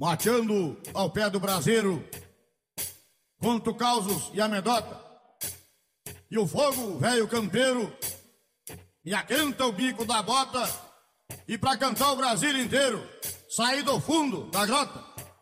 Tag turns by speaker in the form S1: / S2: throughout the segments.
S1: mateando ao pé do braseiro, conto causos e amedota, e o fogo, velho campeiro, me aquenta o bico da bota, e pra cantar o Brasil inteiro, saí do fundo da grota.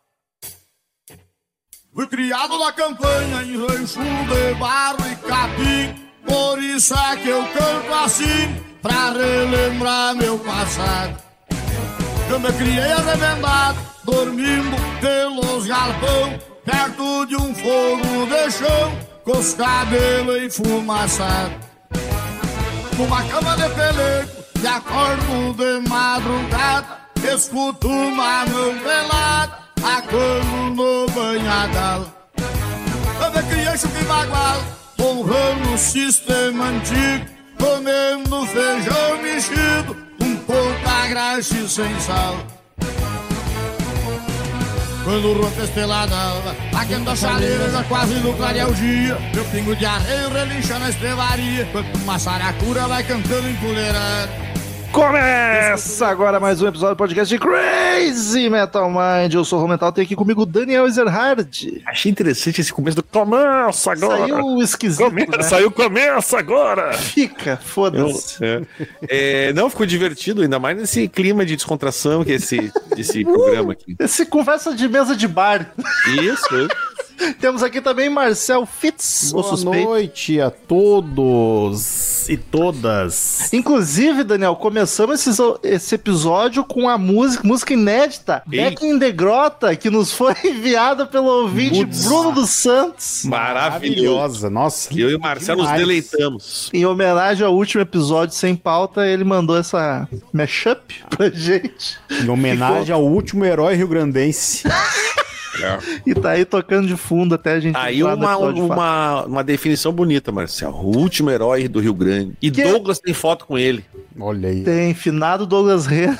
S1: Fui criado na campanha em rancho de barro e capim, por isso é que eu canto assim, pra relembrar meu passado. Eu me criei arremendado, dormindo pelos galpão, perto de um fogo de chão, com os cabelos enfumaçados. Numa cama de pelego, e acordo de madrugada, escuto uma mão pelada, acano no banhadal. Eu me criei chupi bagual, honrando o sistema antigo, comendo feijão mexido, um pouco graxa sem sal. Quando o ronco estelada, aquendo a chaleira já quase no clarear o dia, meu pingo de arreio relincha na estrevaria, enquanto uma saracura vai cantando empoleirada.
S2: Começa agora mais um episódio do podcast de Crazy Metal Mind. Eu sou o Romental, tem aqui comigo Daniel Ezerhard.
S3: Achei interessante esse começo do começa agora.
S2: Saiu esquisito, né?
S3: Saiu começa agora.
S2: Fica, foda-se.
S3: Não, ficou divertido, ainda mais nesse clima de descontração que é esse programa aqui.
S2: Esse conversa de mesa de bar.
S3: Isso.
S2: Temos aqui também Marcel Fitz, o suspeito.
S4: Boa noite a todos e todas.
S2: Inclusive, Daniel, começamos esse episódio com a música inédita, Back in the Grota, que nos foi enviada pelo ouvinte Bruno dos Santos.
S3: Maravilhosa,
S4: nossa.
S3: Que eu e o Marcelo nos deleitamos.
S2: Em homenagem ao último episódio sem pauta, ele mandou essa mashup pra gente.
S4: Em homenagem ao último herói rio-grandense.
S2: E tá aí tocando de fundo até a gente...
S3: Aí uma definição bonita, Marcelo. O último herói do Rio Grande. E Douglas tem foto com ele.
S4: Olha aí.
S2: Tem, finado Douglas Renner.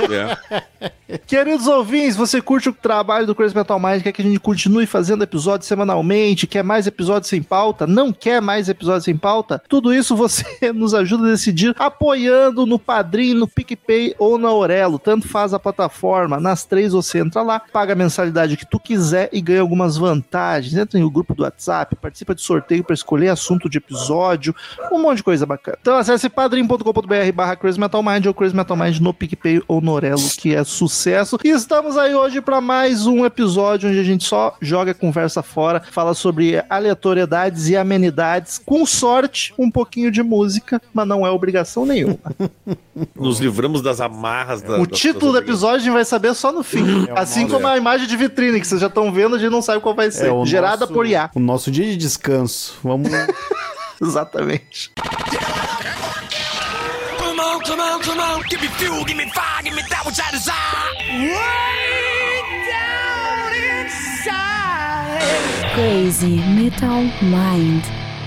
S2: Queridos ouvintes, você curte o trabalho do Crazy Metal Mind, quer que a gente continue fazendo episódios semanalmente, quer mais episódios sem pauta, não quer mais episódios sem pauta? Tudo isso você nos ajuda a decidir apoiando no Padrim, no PicPay ou na Aurelo. Tanto faz a plataforma, nas três você entra lá, paga a mensalidade que tu quiser e ganha algumas vantagens. Entra no grupo do WhatsApp, participa de sorteio para escolher assunto de episódio, um monte de coisa bacana. Então acesse padrim.com.br/Crazy Metal Mind ou Crazy Metal Mind no PicPay ou no Aurelo, que é sucesso. E estamos aí hoje para mais um episódio onde a gente só joga conversa fora, fala sobre aleatoriedades e amenidades, com sorte, um pouquinho de música, mas não é obrigação nenhuma.
S3: Nos livramos das amarras
S2: O título do episódio a gente vai saber só no fim. Assim como a imagem de vitrine, que vocês já estão vendo, a gente não sabe qual vai ser. Gerada por IA.
S4: O nosso dia de descanso. Vamos...
S2: Exatamente.
S5: Come on, give me fuel, give me fire, give me that which I desire. Way down inside.
S6: Crazy Metal Mind.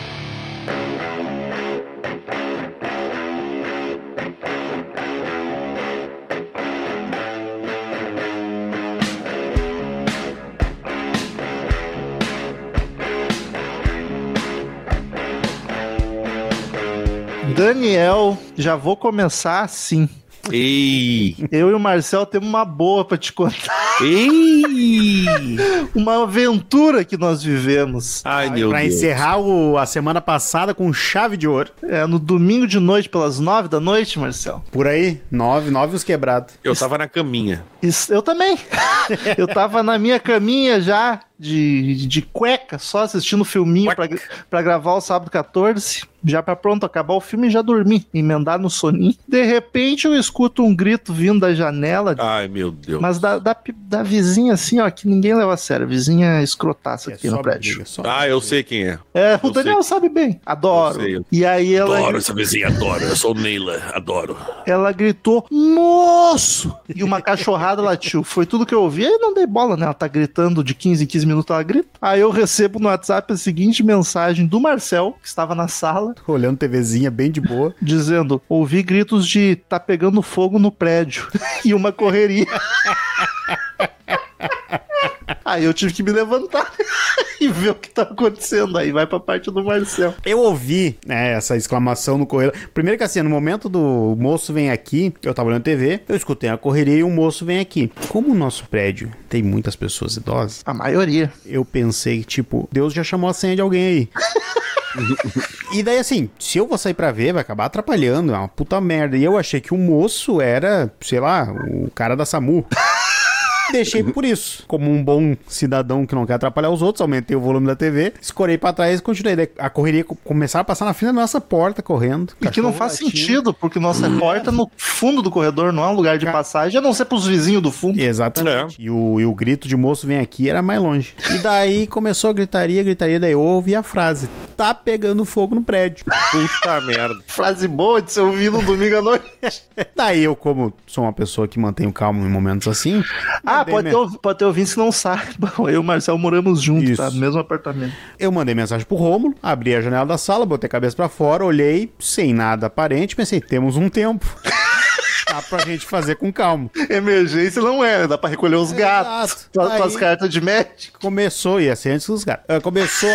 S2: Daniel, já vou começar assim.
S3: Ei!
S2: Eu e o Marcel temos uma boa pra te contar.
S3: Ei!
S2: Uma aventura que nós vivemos.
S3: Ai, meu
S4: pra
S3: Deus.
S4: encerrar a semana passada com chave de ouro.
S2: No domingo de noite, pelas 9 da noite, Marcel.
S4: Por aí, 9 os quebrados.
S3: Eu tava na caminha.
S2: Eu também. Eu tava na minha caminha já, de cueca, só assistindo filminho pra gravar o sábado 14. Já pra pronto, acabar o filme e já dormir, emendar no soninho. De repente eu escuto um grito vindo da janela.
S3: Ai, meu Deus.
S2: Mas da vizinha assim, ó, que ninguém leva a sério. Vizinha escrotaça aqui no prédio.
S3: Eu sei quem é.
S2: O Daniel sabe bem. Adoro.
S3: Eu sei.
S2: E aí ela...
S3: Adoro essa vizinha, adoro. Eu sou o Neila, adoro.
S2: Ela gritou, moço! E uma cachorrada latiu. Foi tudo que eu ouvi. Aí não dei bola, né? Ela tá gritando de 15 em 15 minutos, ela grita. Aí eu recebo no WhatsApp a seguinte mensagem do Marcel, que estava na sala.
S4: Olhando TVzinha bem de boa.
S2: Dizendo, ouvi gritos de tá pegando fogo no prédio. E uma correria. Aí eu tive que me levantar e ver o que tá acontecendo. Aí vai pra parte do Marcel.
S4: Eu ouvi, né, essa exclamação no corredor. Primeiro que assim, no momento do moço vem aqui, eu tava olhando TV, eu escutei a correria e o moço vem aqui. Como o nosso prédio tem muitas pessoas idosas,
S2: A maioria.
S4: eu pensei, tipo, Deus já chamou a senha de alguém aí. E daí assim, se eu vou sair pra ver, vai acabar atrapalhando, é uma puta merda. E eu achei que o moço era, sei lá, o cara da SAMU. Deixei por isso. Como um bom cidadão que não quer atrapalhar os outros, aumentei o volume da TV, escorei pra trás e continuei. Daí a correria começava a passar na frente da nossa porta, correndo.
S2: E que não faz sentido, porque nossa porta no fundo do corredor não é um lugar de passagem, a não ser pros vizinhos do fundo.
S4: Exatamente. E o grito de moço vem aqui era mais longe. E daí começou a gritaria, daí eu ouvi a frase: tá pegando fogo no prédio.
S3: Puta merda.
S2: Frase boa de se ouvir no domingo à noite.
S4: Daí eu, como sou uma pessoa que mantém o calmo em momentos assim...
S2: Pode ter ouvintes que não saibam. Eu e o Marcel moramos juntos,
S4: Isso.
S2: tá? No mesmo apartamento.
S4: Eu mandei mensagem pro Rômulo, abri a janela da sala, botei a cabeça pra fora, olhei, sem nada aparente, pensei, temos um tempo. Dá pra gente fazer com calma.
S2: Emergência não é, né? Dá pra recolher os gatos. Tuas cartas de médico.
S4: Começou, ia ser antes dos gatos. Começou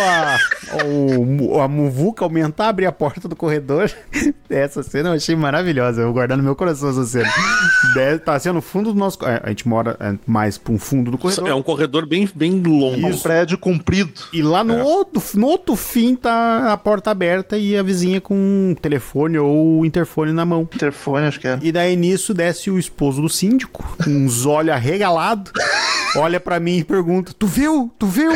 S4: a muvuca aumentar, abrir a porta do corredor. Essa cena eu achei maravilhosa. Eu vou guardar no meu coração essa cena. Tá sendo no fundo do nosso... A gente mora mais pra um fundo do corredor.
S3: É um corredor bem longo.
S2: Um prédio comprido.
S4: E lá no outro fim tá a porta aberta e a vizinha com um telefone ou interfone na mão.
S2: Interfone, acho que é.
S4: E daí nisso desce o esposo do síndico, com uns olhos arregalados, olha pra mim e pergunta, tu viu?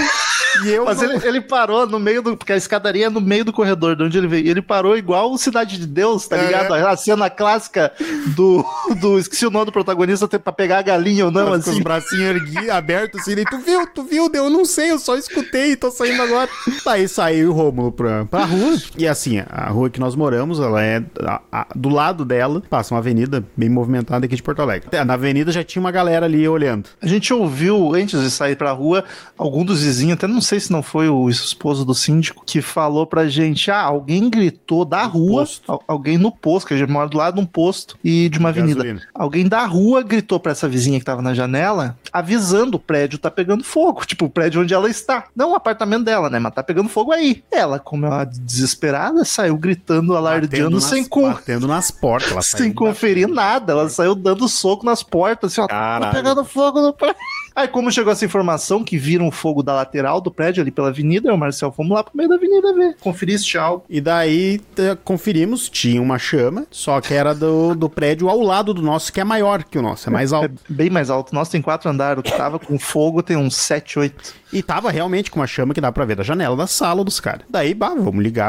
S4: E eu
S2: Mas ele parou no meio do... Porque a escadaria é no meio do corredor de onde ele veio. Ele parou igual o Cidade de Deus, tá ligado? A cena clássica do... Esqueci o nome do protagonista pra pegar a galinha ou não,
S4: com
S2: assim.
S4: os bracinhos abertos assim, daí, tu viu? Eu não sei, eu só escutei, tô saindo agora. Daí saiu o Rômulo pra rua. E assim, a rua que nós moramos, ela é... do lado dela, passa uma avenida bem movimentada aqui de Porto Alegre. Na avenida já tinha uma galera ali olhando.
S2: A gente ouviu, antes de sair pra rua, algum dos vizinhos, até não sei se não foi o esposo do síndico, que falou pra gente, alguém gritou da rua, alguém no posto, que a gente mora do lado de um posto e de uma avenida.
S4: Gasolina.
S2: Alguém da rua gritou pra essa vizinha que tava na janela, avisando o prédio tá pegando fogo, tipo, o prédio onde ela está. Não o apartamento dela, né, mas tá pegando fogo aí. Ela, como é uma desesperada, saiu gritando, alardeando,
S4: batendo nas portas. Ela
S2: sem conferir nada. Ela saiu dando soco nas portas, assim, ó, tá pegando fogo no prédio. Aí, como chegou essa informação que viram o fogo da lateral do prédio ali pela avenida, eu e o Marcel fomos lá pro meio da avenida ver. Conferiste algo.
S4: E daí conferimos, tinha uma chama, só que era do prédio ao lado do nosso, que é maior que o nosso, é mais alto.
S2: É bem mais alto. O nosso tem 4 andares, o que tava com fogo tem uns 7, 8.
S4: E tava realmente com uma chama que dá pra ver da janela da sala dos caras. Daí, vamos ligar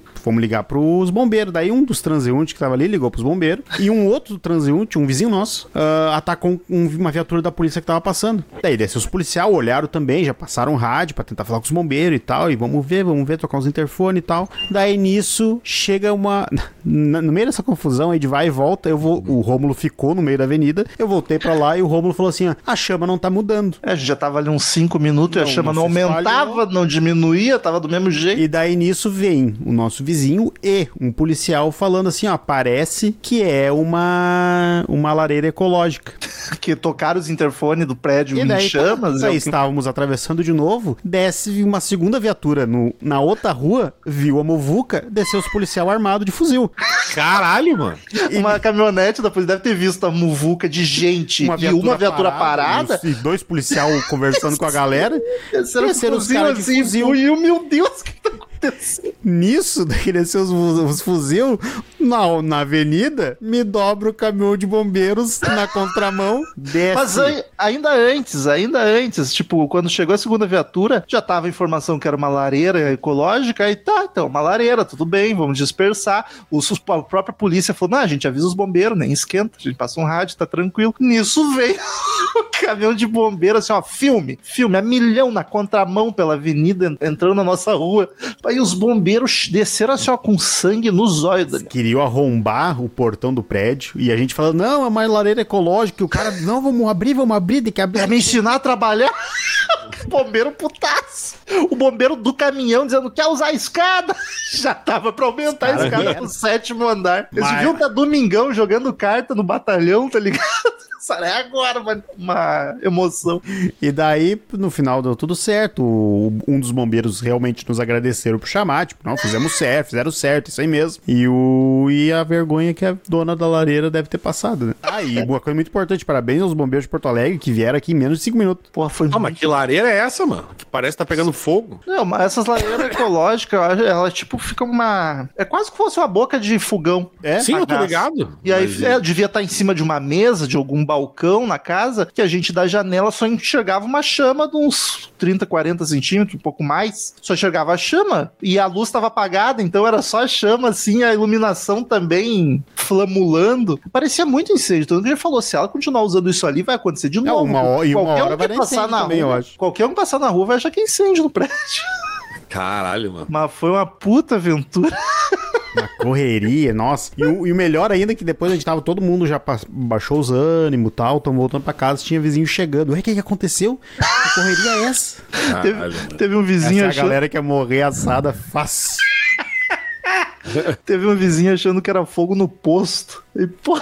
S4: pros bombeiros. Daí um dos transeuntes que tava ali ligou pros bombeiros. E um outro transeunte, um vizinho nosso, atacou uma viatura da polícia que tava passando. Daí desceu os policiais, olharam também, já passaram rádio pra tentar falar com os bombeiros e tal. E vamos ver, trocar os interfones e tal. Daí nisso, chega uma... No meio dessa confusão aí de vai e volta, o Rômulo ficou no meio da avenida. Eu voltei pra lá e o Rômulo falou assim, a chama não tá mudando.
S2: A gente já tava ali uns 5 minutos e a chama não aumentava, não diminuía, tava do mesmo jeito.
S4: E daí nisso vem o nosso vizinho e um policial falando assim, parece que é uma lareira ecológica.
S2: Que tocaram os interfones do prédio em chamas.
S4: Aí estávamos atravessando de novo, desce uma segunda viatura na outra rua, viu a muvuca, desceu os policiais armados de fuzil.
S3: Caralho, mano.
S2: Uma caminhonete da polícia deve ter visto a muvuca de gente e uma viatura parada.
S4: E 2 policiais conversando com a galera.
S2: Desceram os caras assim, de fuzil. E meu Deus, o que tá acontecendo?
S4: Nisso, daí desceu os fuzil na avenida, me dobra o caminhão de bombeiros na contramão, desce.
S2: Mas ainda antes, tipo, quando chegou a segunda viatura, já tava a informação que era uma lareira ecológica, e então, uma lareira, tudo bem, vamos dispersar. A própria polícia falou, a gente avisa os bombeiros, nem esquenta, a gente passa um rádio, tá tranquilo. Nisso veio o caminhão de bombeiro, assim, filme, a milhão na contramão pela avenida, entrando na nossa rua. Aí os bombeiros desceram assim, com sangue nos olhos.
S4: Queriam arrombar o portão do prédio, e a gente falando, não, é uma lareira ecológica, e o cara, não, vamos abrir, tem que abrir.
S2: Quer me ensinar a trabalhar? Bombeiro putaço. O bombeiro do caminhão dizendo, quer usar a escada? Já tava pra aumentar a escada pro 7º andar. Eles viram que é domingão jogando carta no batalhão, tá ligado? É agora uma emoção.
S4: E daí, no final, deu tudo certo. Um dos bombeiros realmente nos agradeceram por chamar. Tipo, não, fizeram certo, isso aí mesmo. E a vergonha que a dona da lareira deve ter passado, né? E uma coisa muito importante, parabéns aos bombeiros de Porto Alegre que vieram aqui em menos de 5 minutos.
S2: Pô, foi
S3: Não, mas que lareira é essa, mano? Que parece que tá pegando fogo.
S2: Não, mas essas lareiras ecológicas, ela tipo fica uma... É quase que fosse uma boca de fogão.
S4: É?
S3: Sim, eu tô
S2: gás.
S3: ligado.
S2: E aí
S3: Mas,
S2: devia estar em cima de uma mesa, de algum balcão na casa, que a gente da janela só enxergava uma chama de uns 30, 40 centímetros, um pouco mais. Só enxergava a chama e a luz estava apagada, então era só a chama, assim, a iluminação também flamulando. Parecia muito incêndio. Todo mundo já falou, se ela continuar usando isso ali, vai acontecer de novo.
S4: uma hora
S2: que
S4: vai dar
S2: passar
S4: incêndio
S2: na
S4: também, eu
S2: rua,
S4: acho.
S2: qualquer um que passar na rua vai achar que é incêndio no prédio.
S3: Caralho, mano.
S2: Mas foi uma puta aventura.
S4: Uma correria, nossa. E o melhor ainda é que depois a gente tava, todo mundo já baixou os ânimos e tal, tamo voltando pra casa, tinha vizinho chegando. Ué, o que aconteceu? Que correria é essa?
S2: Teve um vizinho
S4: Essa é a galera que ia morrer assada fácil.
S2: Teve um vizinho achando que era fogo no posto. E, pô...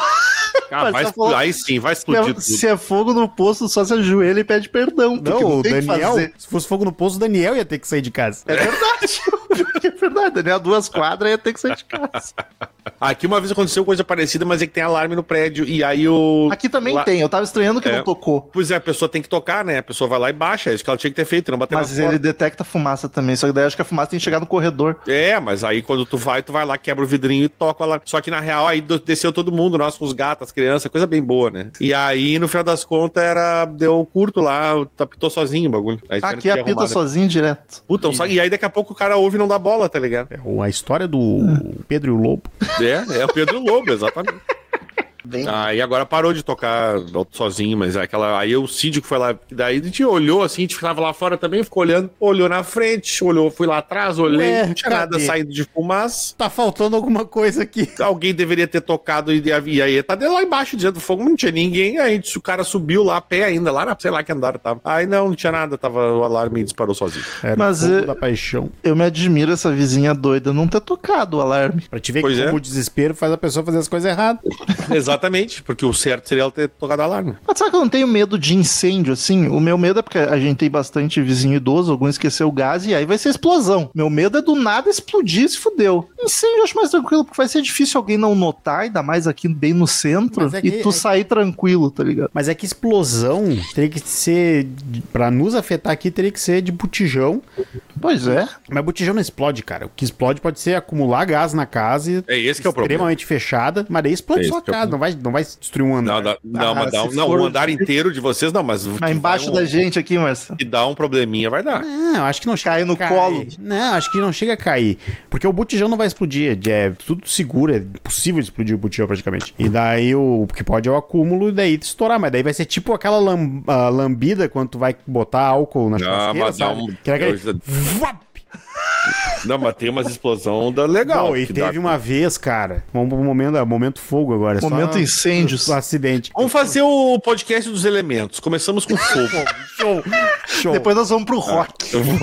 S3: Aí sim, vai explodir tudo.
S2: Se é fogo no posto, só se ajoelha e pede perdão.
S4: Não, o
S2: tem que
S4: Daniel,
S2: fazer.
S4: se fosse fogo no poço, o Daniel ia ter que sair de casa.
S2: É verdade. É verdade. Daniel, 2 quadras ia ter que sair de casa.
S3: Aqui uma vez aconteceu coisa parecida, mas é que tem alarme no prédio. E aí o.
S2: Aqui também tem. Eu tava estranhando que não tocou.
S3: Pois é, a pessoa tem que tocar, né? A pessoa vai lá e baixa. É isso que ela tinha que ter feito, não bater
S2: Mas
S3: na
S2: ele
S3: porta.
S2: detecta fumaça também. Só que daí acho que a fumaça tem que chegar no corredor.
S3: É, mas aí quando tu vai lá, quebra o vidrinho e toca lá. Só que na real aí desceu todo mundo, nós com os gatos, as crianças, coisa bem boa, né? E aí, no final das contas, deu curto lá, apitou sozinho o bagulho. Aí
S2: Aqui apita sozinho direto.
S3: Puta, e aí daqui a pouco o cara ouve e não dá bola, tá ligado?
S4: A história do Pedro e o Lobo.
S3: É o Pedro Lobo, exatamente. Aí agora parou de tocar sozinho, mas aí o Cid que foi lá, daí a gente olhou assim, a gente ficava lá fora também, ficou olhando, olhou na frente, fui lá atrás, olhei, não tinha nada saindo de fumaça.
S4: Tá faltando alguma coisa aqui.
S3: Alguém deveria ter tocado e aí tá lá embaixo, diante do fogo, não tinha ninguém, aí o cara subiu lá a pé ainda, lá, sei lá que andar tava. Aí não tinha nada, tava o alarme e disparou sozinho.
S4: Era
S2: mas
S4: o fogo da paixão.
S2: Eu me admiro essa vizinha doida não ter tocado o alarme.
S4: Pra te ver que o desespero faz a pessoa fazer as coisas erradas.
S3: Exatamente, porque o certo seria ela ter tocado alarme.
S2: Mas sabe que eu não tenho medo de incêndio, assim? O meu medo é porque a gente tem bastante vizinho idoso, algum esqueceu o gás e aí vai ser explosão. Meu medo é do nada explodir, se fudeu. Incêndio eu acho mais tranquilo, porque vai ser difícil alguém não notar, ainda mais aqui bem no centro, e tu sair tranquilo, tá ligado?
S4: Mas é que explosão teria que ser, pra nos afetar aqui, teria que ser de botijão.
S2: Pois é.
S4: Mas botijão não explode, cara. O que explode pode ser acumular gás na casa e
S3: é esse que é o problema.
S4: Extremamente fechada, mas daí explode sua casa, não vai destruir um andar.
S3: Não, o andar inteiro de vocês não, mas
S2: embaixo da gente aqui, Marcelo.
S3: E dá um probleminha, vai dar.
S4: Não, acho que não chega
S2: a cair no colo.
S4: Não, acho que não chega a cair. Porque o botijão não vai explodir. É tudo seguro, é impossível de explodir o botijão praticamente. E daí o que pode é o acúmulo e daí estourar. Mas daí vai ser tipo aquela lambida quando tu vai botar álcool na churrasqueira, sabe? Que era aquele...
S3: Não, mas tem umas explosão legal.
S4: Não, e teve uma vez, cara, momento fogo agora.
S2: Momento incêndios.
S4: Acidente.
S3: Vamos fazer o podcast dos elementos. Começamos com fogo.
S4: Show.
S2: Depois nós vamos pro rock.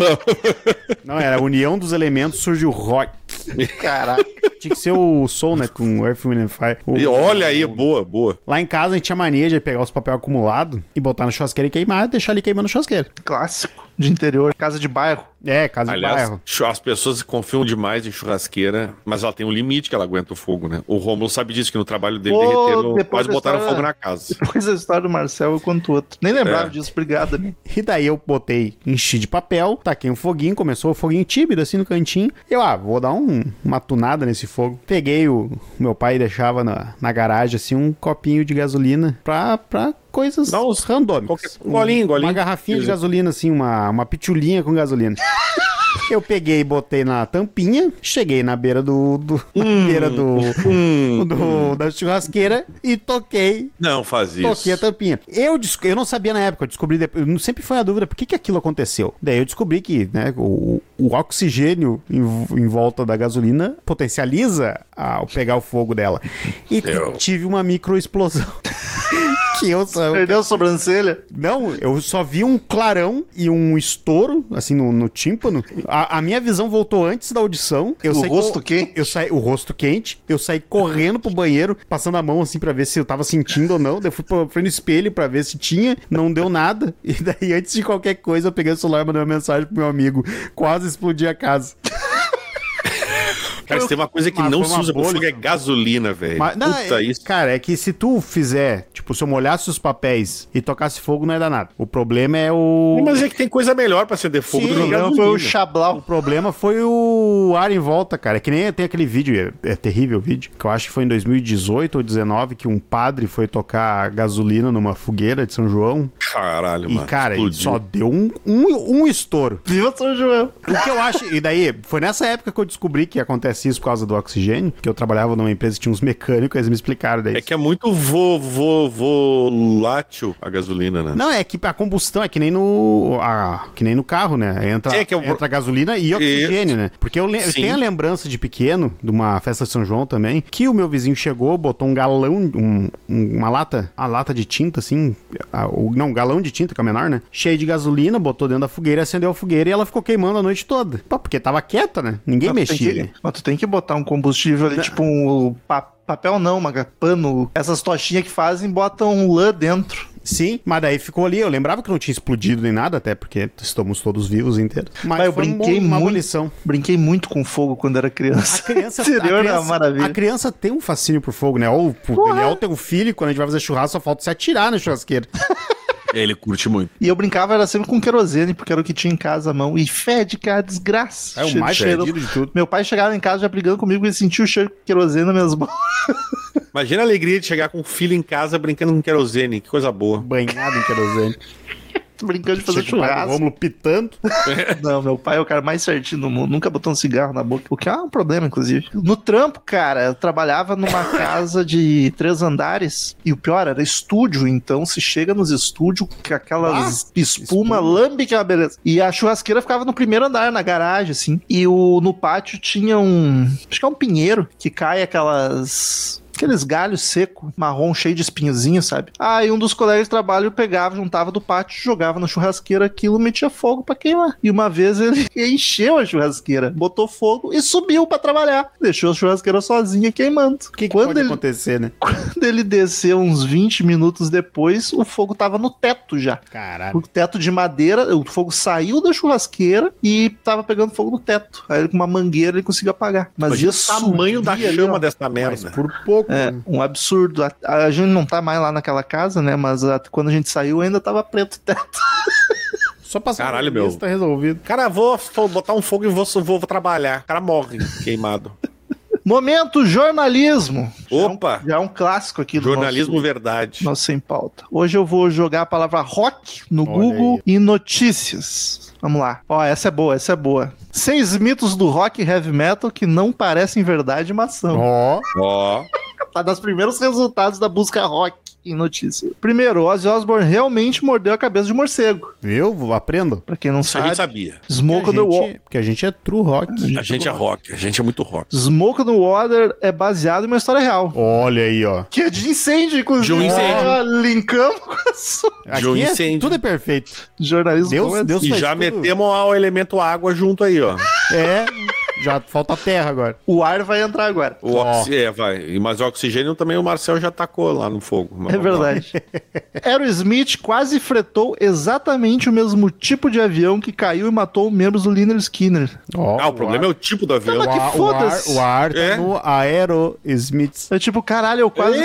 S4: Não, era a união dos elementos, surge o rock.
S2: Caraca.
S4: Tinha que ser o som, né, com Earth, Wind and Fire.
S3: E olha aí, boa.
S4: Lá em casa a gente tinha mania de pegar os papel acumulado e botar na churrasqueira e queimar, deixar ali queimando na churrasqueira.
S2: Clássico. De interior, casa de bairro.
S4: É, casa de bairro.
S3: As pessoas confiam demais em churrasqueira, mas ela tem um limite que ela aguenta o fogo, né? O Rômulo sabe disso, que no trabalho dele derreteram, quase botaram fogo na casa.
S2: Depois a história do Marcel eu conto outro. Nem lembrava disso, obrigado, né?
S4: E daí eu botei, enchi de papel, taquei um foguinho, começou o foguinho tímido assim no cantinho. Eu, vou dar uma tunada nesse fogo. Peguei meu pai deixava na garagem assim um copinho de gasolina pra coisas randômicas.
S3: Golinho.
S4: Uma garrafinha de gasolina, assim, uma pitulinha com gasolina. Eu peguei e botei na tampinha, cheguei na beira da churrasqueira e toquei.
S3: Não faz isso.
S4: Toquei a tampinha. Eu não sabia na época, eu descobri depois, sempre foi a dúvida, por que aquilo aconteceu? Daí eu descobri que, né, o oxigênio em volta da gasolina potencializa ao pegar o fogo dela. E tive uma microexplosão. que eu só...
S2: Perdeu a sobrancelha?
S4: Não, eu só vi um clarão e um estouro, assim, no tímpano. A minha visão voltou antes da audição.
S2: O rosto quente?
S4: O rosto quente. Eu saí correndo pro banheiro, passando a mão, assim, pra ver se eu tava sentindo ou não. Daí fui no espelho pra ver se tinha. Não deu nada. E daí, antes de qualquer coisa, eu peguei o celular e mandei uma mensagem pro meu amigo. Quase explodi a casa.
S3: Cara, se tem uma coisa que não se usa pro fogo é gasolina, velho. Puta isso.
S4: Cara, é que se tu fizer, tipo, se eu molhasse os papéis e tocasse fogo, não ia dar nada. O problema é o...
S3: Mas é que tem coisa melhor pra acender fogo
S4: Sim,
S3: do que
S2: O problema foi o Chablau.
S4: O problema foi o ar em volta, cara. É que nem tem aquele vídeo, é terrível o vídeo, que eu acho que foi em 2018 ou 2019, que um padre foi tocar gasolina numa fogueira de São João.
S3: Caralho, mano.
S4: E, cara, ele
S3: explodiu.
S4: só deu um estouro.
S2: Viva São João.
S4: O que eu acho... E daí, foi nessa época que eu descobri que acontece isso por causa do oxigênio, que eu trabalhava numa empresa que tinha uns mecânicos, eles me explicaram daí.
S3: É que é muito volátil a gasolina, né?
S4: Não, é que a combustão é que nem no carro, né? Entra gasolina e oxigênio, né? Porque eu tenho a lembrança de pequeno, de uma festa de São João também, que o meu vizinho chegou, botou um galão, uma lata de tinta, assim, um galão de tinta, que é menor, né? Cheio de gasolina, botou dentro da fogueira, acendeu a fogueira e ela ficou queimando a noite toda. Pô, porque tava quieta, né? Ninguém mexia.
S2: Mas tu tem que botar um combustível ali, tipo um papel não, pano. Essas tochinhas que fazem, botam lã dentro.
S4: Sim, mas daí ficou ali. Eu lembrava que não tinha explodido nem nada, até porque estamos todos vivos inteiros. Mas
S2: eu brinquei brinquei muito com fogo quando era criança.
S4: A criança,
S2: maravilha.
S4: A criança tem um fascínio por fogo, né? Ou o Daniel tem um filho, quando a gente vai fazer churrasco, só falta se atirar na churrasqueira.
S3: Ele curte muito.
S2: E eu brincava, era sempre com querosene, porque era o que tinha em casa à mão. E fede, cara, desgraça.
S4: É o mais fedido de tudo.
S2: Meu pai chegava em casa já brigando comigo e sentia o cheiro de querosene nas minhas mãos.
S3: Imagina a alegria de chegar com o filho em casa brincando com querosene. Que coisa boa.
S4: Banhado em querosene.
S2: Brincando de fazer churrasco.
S4: Vamos pitando.
S2: Não, meu pai é o cara mais certinho do mundo. Nunca botou um cigarro na boca. O que é um problema, inclusive. No trampo, cara, eu trabalhava numa casa de 3 andares. E o pior, era estúdio. Então, se chega nos estúdios, com aquelas espuma, lambe que é uma beleza. E a churrasqueira ficava no primeiro andar, na garagem, assim. E no pátio tinha acho que é um pinheiro, que cai aqueles galhos secos, marrom, cheio de espinhozinho, sabe? Aí um dos colegas de trabalho pegava, juntava do pátio, jogava na churrasqueira aquilo, metia fogo pra queimar. E uma vez ele encheu a churrasqueira, botou fogo e subiu pra trabalhar. Deixou a churrasqueira sozinha queimando.
S4: O que pode acontecer, né?
S2: Quando ele desceu uns 20 minutos depois, o fogo tava no teto já.
S4: Caralho.
S2: O teto de madeira, o fogo saiu da churrasqueira e tava pegando fogo no teto. Aí ele, com uma mangueira ele conseguiu apagar. Mas
S3: Imagina o tamanho da chama dessa merda.
S4: Mas por pouco.
S2: É, um absurdo. A gente não tá mais lá naquela casa, né? Mas quando a gente saiu ainda tava preto o teto.
S4: Só passar.
S3: Caralho, meu.
S4: Tá resolvido.
S3: Cara, vou botar um fogo e vou trabalhar. O cara morre queimado.
S2: Momento jornalismo.
S3: Opa!
S2: Já é um clássico aqui do
S3: Jornalismo verdade.
S2: Nosso Sem Pauta. Hoje eu vou jogar a palavra rock no Google e notícias. Vamos lá. Ó, essa é boa, essa é boa. 6 mitos do rock e heavy metal que não parecem verdade, mas são.
S3: Ó.
S2: Tá nos primeiros resultados da busca rock em notícia. Primeiro, Ozzy Osbourne realmente mordeu a cabeça de morcego.
S4: Viu? Aprenda.
S2: Pra quem não
S3: Isso a
S2: sabe.
S3: gente sabia.
S2: Smoke on the Water.
S4: Porque a gente é true rock.
S3: A gente é rock. A gente é muito rock.
S2: Smoke on the Water é baseado em uma história real.
S4: Olha aí, ó.
S2: Que é de incêndio, inclusive.
S3: De um incêndio.
S2: Ah, linkamos com a sua.
S4: Aqui
S3: De um incêndio.
S4: tudo é perfeito.
S2: Jornalismo.
S4: Deus
S3: E
S4: faz
S3: já
S4: tudo.
S3: metemos o elemento água junto aí, ó.
S4: É, já falta terra agora.
S2: O ar vai entrar agora.
S3: Vai. Mas o oxigênio também o Marcel já tacou lá no fogo. Mas
S2: É
S3: vamos lá.
S2: verdade. Aerosmith quase fretou exatamente o mesmo tipo de avião que caiu e matou membros do Lynyrd Skynyrd.
S3: O problema é o tipo do avião.
S2: Mas que foda-se.
S4: O ar tá
S3: É?
S4: no Aerosmith.
S2: É tipo, caralho, eu quase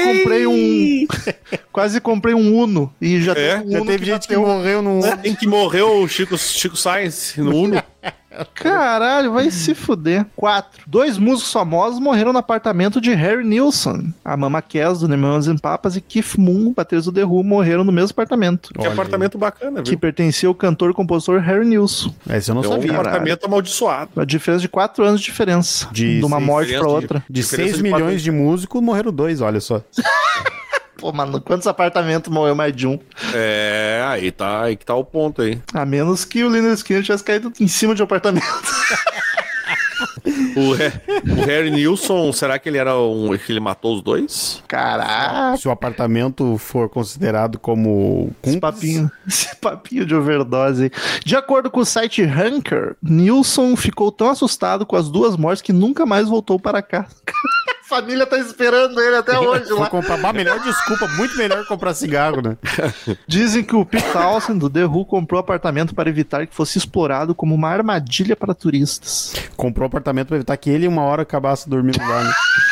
S2: comprei um Uno. E já
S3: É?
S2: tem um
S4: Já
S2: Uno
S4: teve gente que morreu no...
S3: Tem que morrer o Chico Sainz no Uno.
S2: Caralho, vai se fuder. 4. 2 músicos famosos morreram no apartamento de Harry Nilsson. A Mama Cass, do Mamonas and Papas, e Keith Moon, baterista do The Who, morreram no mesmo apartamento.
S3: Que apartamento bacana, viu?
S2: Que pertencia ao cantor e compositor Harry Nilsson.
S4: Esse eu não
S3: É um
S4: sabia.
S3: apartamento amaldiçoado.
S2: A diferença de 4 anos de diferença.
S4: De
S2: uma
S4: seis-
S2: morte pra
S3: diferença
S2: outra.
S4: De
S3: Diferença
S4: 6
S3: de
S4: milhões
S3: quatro-
S4: de músicos, morreram 2, olha só.
S2: Pô, mano, quantos apartamentos morreu mais de um?
S3: Aí que tá o ponto aí.
S2: A menos que o Lynyrd Skynyrd tivesse caído em cima de um apartamento.
S3: O Harry Nilsson, será que ele era que ele matou os dois?
S2: Caraca.
S4: Se o apartamento for considerado como
S2: Esse papinho de overdose. De acordo com o site Ranker, Nilsson ficou tão assustado com as duas mortes que nunca mais voltou para casa. A família tá esperando ele até hoje
S4: Foi
S2: lá.
S4: comprar, melhor desculpa, muito melhor comprar cigarro, né?
S2: Dizem que o Pete Townsend do The Who comprou apartamento para evitar que fosse explorado como uma armadilha para turistas.
S4: Comprou apartamento pra evitar que ele uma hora acabasse dormindo lá, né?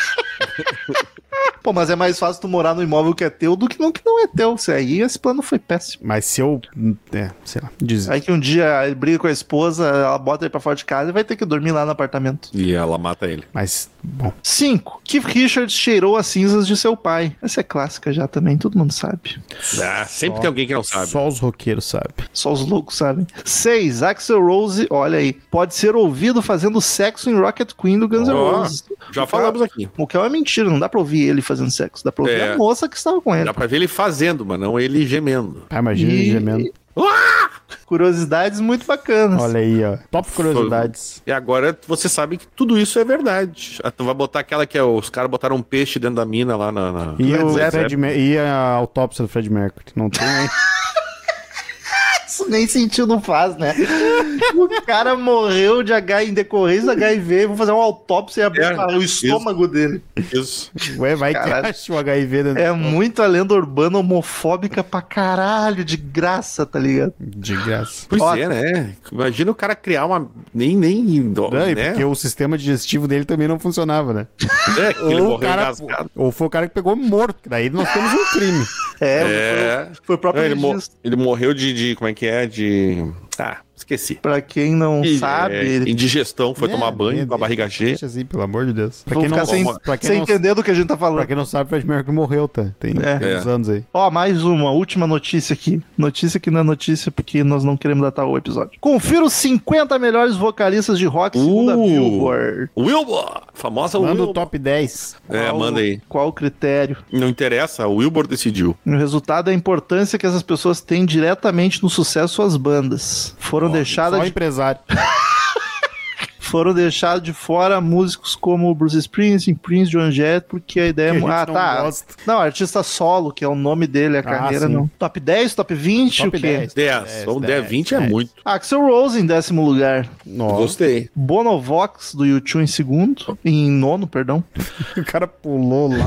S2: Pô, mas é mais fácil tu morar no imóvel que é teu do que no que não é teu. Isso aí, esse plano foi péssimo.
S4: Mas se eu... sei lá, diz.
S2: Aí que um dia ele briga com a esposa, ela bota ele pra fora de casa e vai ter que dormir lá no apartamento.
S3: E ela mata ele.
S4: Mas, bom.
S2: 5. Keith Richards cheirou as cinzas de seu pai. Essa é clássica já também, todo mundo sabe.
S3: Sempre tem alguém que não sabe.
S4: Só os roqueiros sabem.
S2: Só os loucos sabem. 6. Axl Rose, olha aí, pode ser ouvido fazendo sexo em Rocket Queen do Guns N' Roses.
S3: Já falamos aqui.
S2: O que é uma mentira, não dá pra ouvir ele fazendo sexo, dá pra ouvir
S3: É.
S2: a moça que estava com ele.
S3: Dá pra ver ele fazendo, mas não ele gemendo.
S4: Ah, imagina ele gemendo.
S2: Curiosidades muito bacanas.
S4: Olha aí, ó. Top curiosidades.
S3: E agora você sabe que tudo isso é verdade. Tu vai botar aquela que é os caras botaram um peixe dentro da mina lá na...
S4: E, o
S2: Led
S4: Fred e a autópsia do Fred Mercury. Não tem, hein?
S2: Isso nem sentido faz, né? O cara morreu de em decorrência do HIV, vou fazer uma autópsia e abrir o estômago dele.
S3: Isso.
S4: Ué, vai
S2: Caralho.
S4: que acha o HIV dentro
S2: É muito a lenda urbana homofóbica pra caralho, de graça, tá ligado?
S4: de graça.
S3: Pois
S2: Ó,
S3: é, né? Imagina o cara criar uma... Nem
S4: Não, e
S3: né?
S4: porque o sistema digestivo dele também não funcionava, né?
S3: É, que ele
S4: Ou, o
S3: morreu
S4: cara,
S3: engasgado.
S4: ou foi o cara que pegou morto, que daí nós temos um crime.
S2: Foi o próprio
S3: Não,
S2: registro.
S3: ele morreu de... Como é que é? Esqueci.
S2: Pra quem não sabe, ele...
S3: Indigestão, foi tomar banho com a barriga cheia.
S4: Deixa assim, pelo amor de Deus. Pra
S2: Vou
S4: quem não,
S2: ficar sem,
S4: pra quem
S2: sem
S4: não,
S2: entender do que a gente tá
S4: pra
S2: falando.
S4: quem não sabe, Fred Mercury morreu, tá? Tem uns anos aí.
S2: Ó, mais uma, última notícia aqui. Notícia que não é notícia porque nós não queremos datar o episódio. Confira os 50 melhores vocalistas de rock segundo a Billboard.
S3: Wilbur! Famosa
S4: Manda
S3: Wilbur.
S4: o top 10.
S3: Manda aí.
S2: Qual o critério?
S3: Não interessa, o Wilbur decidiu.
S2: O resultado é a importância que essas pessoas têm diretamente no sucesso de suas bandas. Foram deixadas
S4: Só
S2: de
S4: empresário.
S2: foram deixados de fora músicos como Bruce Springsteen, Prince, John Jett, porque a ideia
S4: Que a gente
S2: é...
S4: não gosta.
S2: Não, artista solo, que é o nome dele, a carreira,
S4: sim.
S2: não. Top 10, top 20,
S4: Top
S2: o quê?
S4: 10.
S3: 10. Vamos 10, 20 é muito.
S2: Axl Rose em 10º lugar.
S4: Nossa,
S3: Gostei.
S2: Bonovox do U2 em segundo. Em nono, perdão.
S4: o cara pulou lá.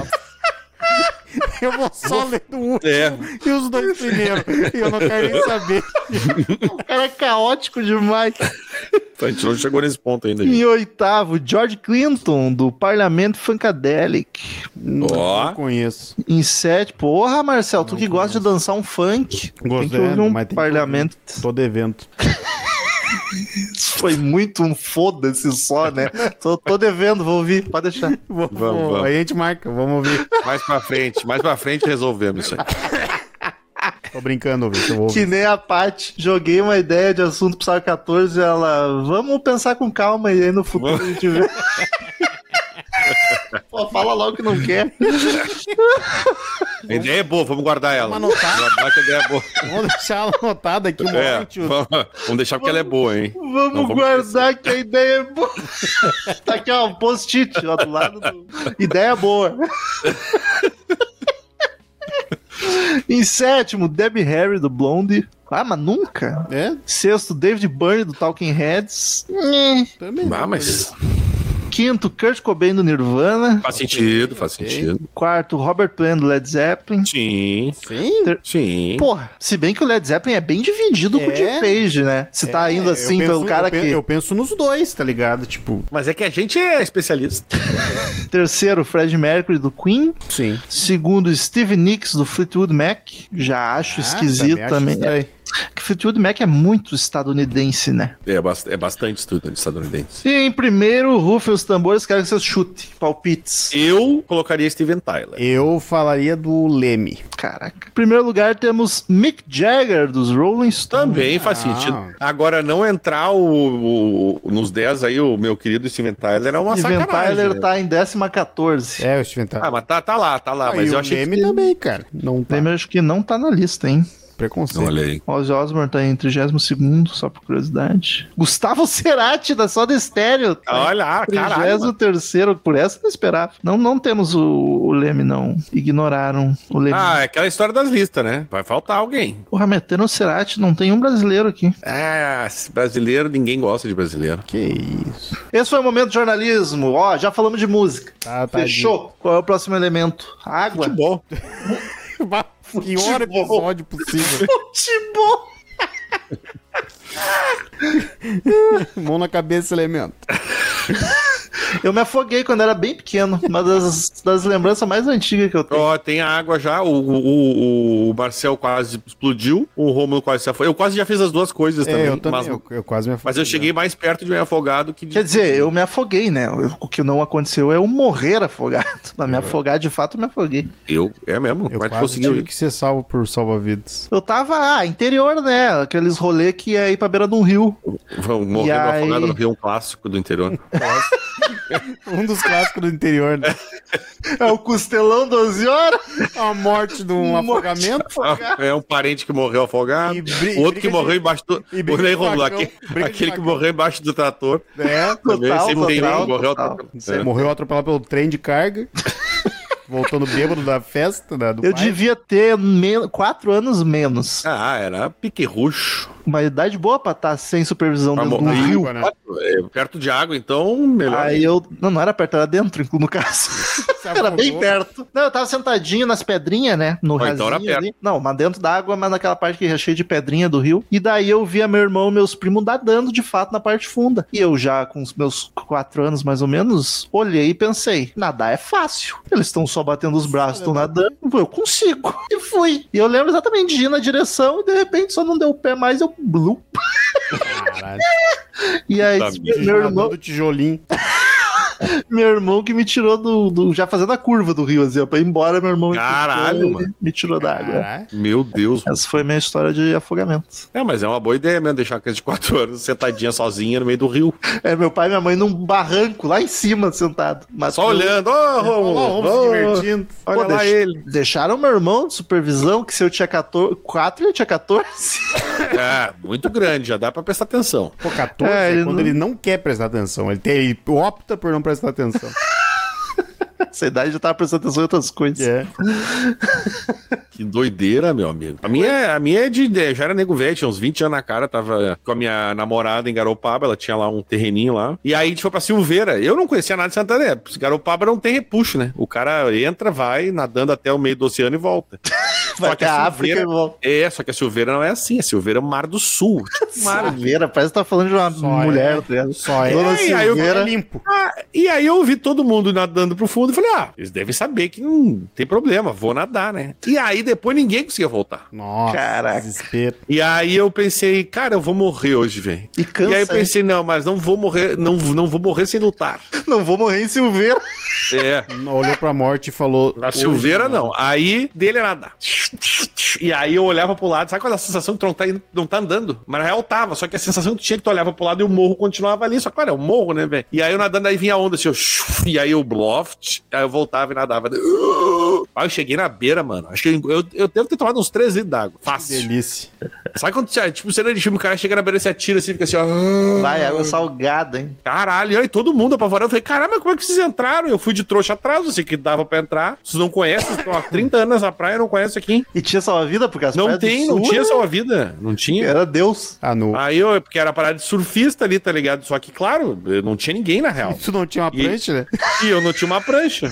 S4: Eu vou só ler do último e os dois primeiros. E eu não quero nem saber.
S2: O cara é caótico demais.
S3: A gente não chegou nesse ponto ainda.
S2: Em oitavo, George Clinton, do Parlamento Funkadelic.
S3: Ó.
S4: Não conheço.
S2: Em sétimo, porra, Marcel, tu que gosta de dançar um funk. Tem que
S4: Gostei,
S2: ouvir um
S4: mas tem que
S2: Parlamento.
S4: Tô devendo.
S2: Foi muito um foda-se só, né? Tô devendo, vou ouvir, pode deixar.
S3: Vamos.
S4: Aí a gente marca, vamos ouvir.
S3: Mais pra frente resolvemos isso aí.
S4: Tô brincando, Vitor. Eu vou
S2: Que
S4: ouvir.
S2: nem a Paty. Joguei uma ideia de assunto pro Sábado 14 e ela, vamos pensar com calma e aí no futuro a gente vê. Pô, fala logo que não quer.
S3: A ideia é boa, vamos guardar ela.
S4: Vamos anotar.
S3: Guardar que a ideia é boa.
S4: Vamos deixar ela anotada aqui um monte.
S3: Vamos deixar porque ela é boa, hein?
S2: Vamos guardar que a ideia é boa. Tá aqui, ó, um post-it, ó, do lado do... Ideia boa. Em sétimo, Debbie Harry, do Blondie. Ah, mas nunca.
S4: É?
S2: Sexto, David Byrne, do Talking Heads.
S4: Também.
S3: Ah, mas
S2: Quinto, Kurt Cobain, do Nirvana.
S3: faz sentido, faz sentido.
S2: Quarto, Robert Plant, do Led Zeppelin.
S3: Sim,
S4: Sim.
S3: sim.
S2: Porra, se bem que o Led Zeppelin é bem dividido com o Jim Page, né? Se tá indo assim pelo cara que...
S4: Eu penso nos dois, tá ligado? Tipo,
S3: Mas é que a gente é especialista.
S2: Terceiro, Fred Mercury, do Queen.
S4: sim.
S2: Segundo, Steve Nicks, do Fleetwood Mac. Já acho esquisito também. Que Fleetwood Mac é muito estadunidense, né?
S3: É bastante estudo estadunidense.
S2: E em primeiro, rufem os tambores, quero que você chute. Palpites.
S3: Eu colocaria Steven Tyler.
S4: Eu falaria do Leme.
S2: Caraca. Em primeiro lugar, temos Mick Jagger, dos Rolling Stones.
S3: Também faz sentido. Agora, não entrar nos 10 aí, o meu querido Steven Tyler é uma
S2: Steven
S3: sacanagem.
S2: Tyler
S3: né?
S2: tá em 14ª.
S4: É, o Steven Tyler.
S3: Ah, mas tá lá. Mas
S4: e
S3: eu
S4: o
S3: achei
S4: Leme
S3: que...
S4: também, cara. Não tá.
S2: Lembra, acho que não tá na lista, hein?
S4: Preconceito.
S3: Olha aí.
S2: Ozzy Osbourne tá em 32º, só por curiosidade. Gustavo Cerati, da Soda Stereo.
S3: Olha, caralho.
S2: 33º, por essa eu não esperava. Não temos o Leme, não. Ignoraram o Leme.
S3: Ah, é aquela história das listas, né? Vai faltar alguém.
S2: Porra, metendo o Cerati, não tem um brasileiro aqui.
S3: Esse brasileiro, ninguém gosta de brasileiro.
S4: Que isso.
S2: Esse foi o momento de jornalismo. Ó, já falamos de música.
S4: Tá,
S2: Fechou. Qual é o próximo elemento? Água?
S3: Futebol.
S4: Pior episódio possível.
S2: Futebol.
S4: Mão na cabeça, elemento.
S2: Eu me afoguei quando era bem pequeno. Uma das lembranças mais antigas que eu tenho.
S3: Ó, tem a água já, o Marcel quase explodiu, o Rômulo quase se afogou. Eu quase já fiz as duas coisas também.
S4: Eu também,
S3: mas,
S4: eu quase me afoguei.
S3: mas eu cheguei mais perto de me afogar do que de...
S2: Quer dizer, eu me afoguei, né? O que não aconteceu é eu morrer afogado. Mas me afogar, de fato, eu me afoguei.
S3: É mesmo,
S4: Eu
S3: mas
S4: quase
S3: conseguiu.
S4: tive que ser salvo por salva-vidas.
S2: Eu tava, interior, né? Aqueles rolê que ia ir pra beira de um rio.
S3: Morrendo
S2: aí?
S3: afogado no Rio, um clássico do interior.
S4: Um dos clássicos do interior, né?
S2: É o costelão 12 horas.
S4: A morte de um afogamento.
S3: É um parente que morreu afogado.
S4: E
S3: O outro que
S4: briga
S3: morreu
S4: de-
S3: embaixo do...
S4: e briga
S3: Olha aí,
S4: de
S3: Rômulo,
S4: facão, briga de
S3: aquele que
S4: facão.
S3: morreu embaixo do trator.
S4: É,
S3: Também
S2: Total,
S3: sempre tem
S2: total,
S3: um, morreu
S2: total.
S4: morreu atropelado pelo trem de carga. Voltando bêbado da festa do
S2: Eu
S4: pai.
S2: devia ter 4 anos menos.
S3: Era pique ruxo.
S2: Uma idade boa pra estar sem supervisão dentro de um
S4: morrer.
S2: rio.
S4: Água, né?
S3: Perto de água, então, melhor.
S2: Aí eu. Não era perto, era dentro, no caso.
S4: Se
S2: Era bem
S4: afogou.
S2: perto. Não, eu tava sentadinho nas pedrinhas, né? No rasinho
S3: então era perto.
S2: ali. Não, mas dentro da água, mas naquela parte que é cheia de pedrinha do rio. E daí eu via meu irmão e meus primos nadando de fato na parte funda. E eu já, com os meus 4 anos mais ou menos, olhei e pensei: nadar é fácil. Eles estão só batendo os braços, estão nadando. Eu consigo. E fui. E eu lembro exatamente de ir na direção e de repente só não deu o pé mais, eu blup.
S4: Caralho.
S2: E aí,
S3: Tá
S2: meu irmão,
S4: do tijolinho.
S2: meu irmão que me tirou já fazendo a curva do rio, assim, ó, pra ir embora, meu irmão
S3: Caralho, mano.
S2: me tirou da água.
S4: Caralho.
S3: Meu Deus.
S2: Essa foi a minha história de afogamento.
S3: Mas é uma boa ideia mesmo deixar a criança de 4 anos sentadinha sozinha no meio do rio.
S2: Meu pai e minha mãe num barranco, lá em cima, sentado. Mas
S3: Só olhando. Ô, Rômulo.
S4: Vamos se divertindo.
S3: Olha lá ele.
S2: Deixaram meu irmão de supervisão, que se eu tinha 4, ele tinha 14.
S3: Muito grande, já dá pra prestar atenção.
S4: Pô, 14
S2: É,
S4: é
S2: ele
S4: quando
S2: não-
S4: ele não quer prestar atenção. Ele opta por não prestar atenção.
S2: Essa idade já tava prestando atenção em outras coisas.
S4: É.
S3: Que doideira, meu amigo. A minha é já era nego velho, tinha uns 20 anos na cara, tava com a minha namorada em Garopaba, ela tinha lá um terreninho lá. E aí a gente foi pra Silveira. Eu não conhecia nada de Santander. Garopaba não tem repuxo, né? O cara entra, vai nadando até o meio do oceano e volta.
S2: Vai
S3: Só que
S2: até
S3: a
S2: a África e volta.
S3: Só que a Silveira não é assim. A Silveira é o Mar do Sul. Tipo, mar.
S2: Silveira, parece que tá falando de uma mulher, tá ligado?
S4: Só é.
S2: Dona
S3: E aí eu-
S2: Silveira.
S4: É limpo.
S3: E aí eu vi todo mundo nadando pro fundo e falei, eles devem saber que não tem problema, vou nadar, né? E aí depois ninguém conseguia voltar.
S4: Nossa,
S2: Caraca.
S4: desespero.
S3: E aí eu pensei, cara, eu vou morrer hoje, velho.
S2: E cansa,
S3: E aí eu pensei, não, mas não vou morrer, não vou morrer sem lutar.
S2: Não vou morrer em Silveira.
S3: É.
S4: Olhou pra morte e falou...
S3: Na Silveira, não. Aí, dele é nadar. E aí eu olhava pro lado, sabe qual é a sensação que tu não tá andando? Mas na real tava, só que a sensação que tu tinha que tu olhava pro lado e o morro continuava ali. Só que, cara, é o morro, né, velho? E aí eu nadando, aí vinha a onda, assim, e aí eu bluft, aí eu voltava e nadava. Aí eu cheguei na beira, mano. Acho que eu devo ter tomado uns 3 litros d'água. Fácil.
S4: Delícia.
S3: Sabe quando, tipo, cena de filme, o cara chega na beira e se atira assim, fica assim, ó.
S2: Vai, água salgada, hein?
S3: Caralho, e aí todo mundo apavorado. Eu falei, caramba, como é que vocês entraram? Eu fui de trouxa atrás, eu sei que dava pra entrar. Vocês não conhecem, vocês estão há 30 anos na praia, não conhecem aqui.
S2: E tinha salva-vida, porque as
S3: Não
S2: praias do
S3: tem,
S2: Sul
S3: não tinha salva-vida. Não tinha.
S2: Era Deus.
S4: Ah, no...
S3: Aí porque era parada de surfista ali, tá ligado? Só que, claro, não tinha ninguém na real.
S4: Tu não tinha uma prancha, né?
S3: E eu não tinha uma prancha.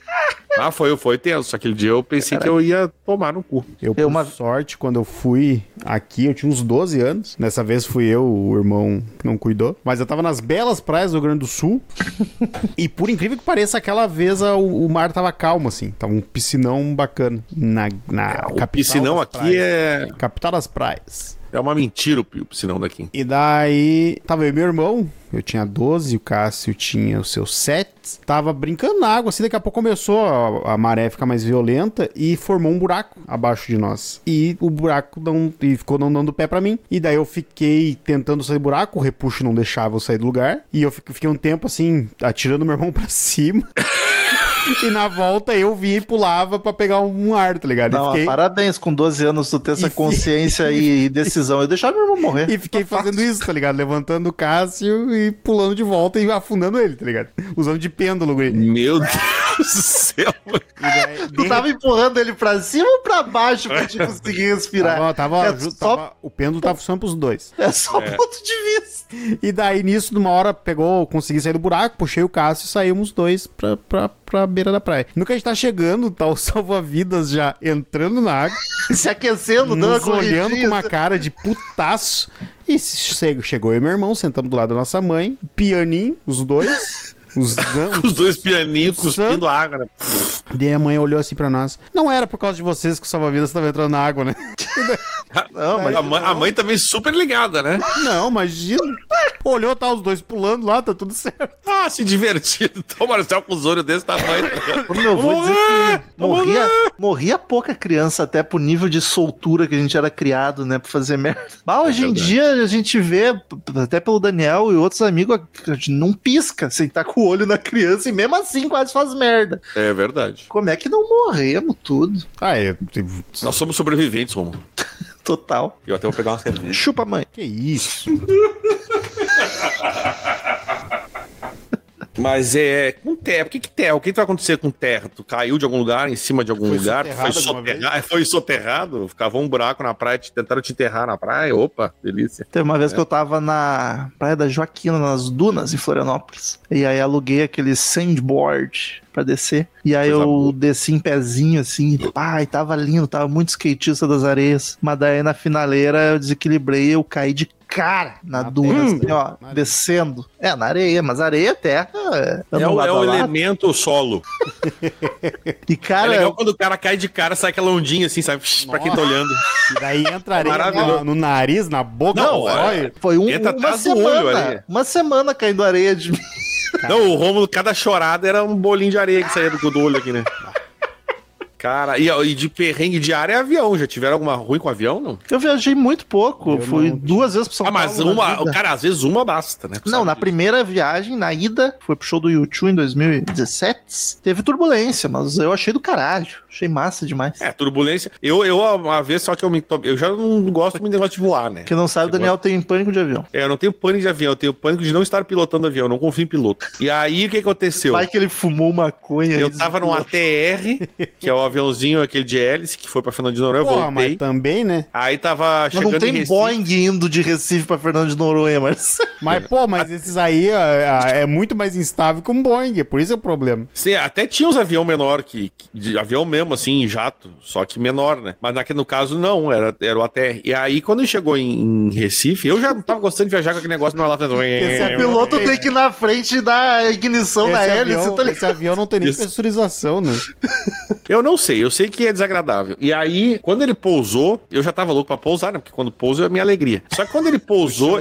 S3: Foi tenso. Aquele dia eu pensei que eu ia tomar no cu.
S4: Eu, por sorte, quando eu fui aqui, eu tinha uns 12 anos. Nessa vez fui eu, o irmão que não cuidou. Mas eu tava nas belas praias do Rio Grande do Sul. E por incrível que pareça, aquela vez o mar tava calmo, assim. Tava um piscinão bacana. Na
S3: O
S4: capital
S3: piscinão
S4: das
S3: aqui
S4: praias. Capital das praias.
S3: é uma mentira o piscinão daqui.
S4: E daí, tava eu e meu irmão, eu tinha 12, o Cássio tinha os seus 7. Tava brincando na água, assim, daqui a pouco começou a maré ficar mais violenta e formou um buraco abaixo de nós. E o buraco ficou não dando pé pra mim. E daí eu fiquei tentando sair do buraco, o repuxo não deixava eu sair do lugar. E eu fiquei um tempo, assim, atirando meu irmão pra cima. E na volta eu vinha e pulava pra pegar um ar, tá ligado?
S2: Não, parabéns, com 12 anos tu ter essa consciência e decisão. Eu deixava meu irmão morrer.
S4: E fiquei fazendo isso, tá ligado? Levantando o Cássio e pulando de volta e afundando ele, tá ligado? Usando de pêndulo, guri.
S3: Meu Deus do céu.
S2: Tu tava empurrando ele pra cima ou pra baixo pra te conseguir respirar?
S4: O pêndulo tava funcionando pros dois.
S2: É só ponto de vista.
S4: E daí, nisso, numa hora, consegui sair do buraco, puxei o Cássio e saímos dois pra beira da praia. No que a gente tá chegando, tá o salva-vidas já entrando na água.
S2: Se aquecendo, dando
S4: nos olhando com uma cara de putaço. E chegou eu e meu irmão, sentamos do lado da nossa mãe, pianinho, os dois.
S3: Os dois pianinhos cuspindo água, né?
S4: Daí a mãe olhou assim pra nós. Não era por causa de vocês que o salva-vidas tava entrando na água, né?
S3: Não, mas a mãe também super ligada, né?
S4: Não, imagina. Olhou, tá os dois pulando lá, tá tudo certo.
S3: Ah, se divertindo. Então o Marcel com os olhos desse tamanho.
S2: Eu vou dizer que morria pouca criança até pro nível de soltura que a gente era criado, né? Pra fazer merda. Mas hoje em dia a gente vê, até pelo Daniel e outros amigos, a gente não pisca sem estar com o olho na criança e mesmo assim quase faz merda.
S3: É verdade.
S2: Como é que não morremos tudo?
S3: Nós somos sobreviventes, Romulo.
S2: Total.
S3: Eu até vou pegar uma cerveja.
S2: Chupa, mãe.
S4: Que isso?
S3: Mas com terra. O que terra? O que vai acontecer com terra? Tu caiu de algum lugar, em cima de algum lugar? Foi soterrado? Ficava um buraco na praia, tentaram te enterrar na praia? Opa, delícia.
S2: Teve uma vez que eu tava na praia da Joaquina, nas dunas, em Florianópolis. E aí aluguei aquele sandboard pra descer. E aí eu desci em pezinho, assim, e tava lindo, tava muito skatista das areias. Mas daí na finaleira eu desequilibrei e eu caí de cara na duna, assim, ó, descendo. Na areia, mas areia, terra...
S3: É o elemento solo.
S2: E cara...
S3: É legal quando o cara cai de cara, sai aquela ondinha assim, sabe? Pra quem tá olhando.
S4: E daí entra areia no nariz, na boca.
S3: Não,
S2: foi uma semana. Uma semana caindo areia de mim.
S3: Não, o Rômulo, cada chorada era um bolinho de areia que saía do olho aqui, né? Cara, e de perrengue de ar é avião. Já tiveram alguma ruim com avião, não?
S2: Eu viajei muito pouco. Fui 2 vezes pro São Paulo.
S3: Mas cara, às vezes uma basta, né?
S2: Não, na primeira viagem, na ida, foi pro show do U2 em 2017. Teve turbulência, mas eu achei do caralho. Achei massa demais.
S3: Turbulência. Eu uma vez, só que eu já não gosto muito de negócio de voar, né?
S2: Quem não sabe, o Daniel tem pânico de avião.
S3: Eu não tenho pânico de avião, eu tenho pânico de não estar pilotando avião, eu não confio em piloto. E aí, o que aconteceu?
S2: Vai que ele fumou maconha.
S3: Eu tava num ATR, que é o aviãozinho aquele de hélice, que foi pra Fernando de Noronha, eu voltei.
S4: Mas também, né?
S3: Aí tava chegando
S2: não tem Boeing indo de Recife pra Fernando de Noronha, mas...
S4: Mas esses aí é muito mais instável que um Boeing, por isso é o problema.
S3: Sim, até tinha uns avião menor, de avião mesmo, assim, jato, só que menor, né? Mas no caso, não, era o ATR. E aí, quando chegou em Recife, eu já não tava gostando de viajar com aquele negócio no lá.
S2: Esse piloto tem que ir na frente e dar a ignição na hélice.
S4: Esse avião não tem nem pressurização, né?
S3: Eu não sei, eu sei que é desagradável. E aí, quando ele pousou, eu já tava louco pra pousar, né? Porque quando pousa é a minha alegria. Só que quando ele pousou,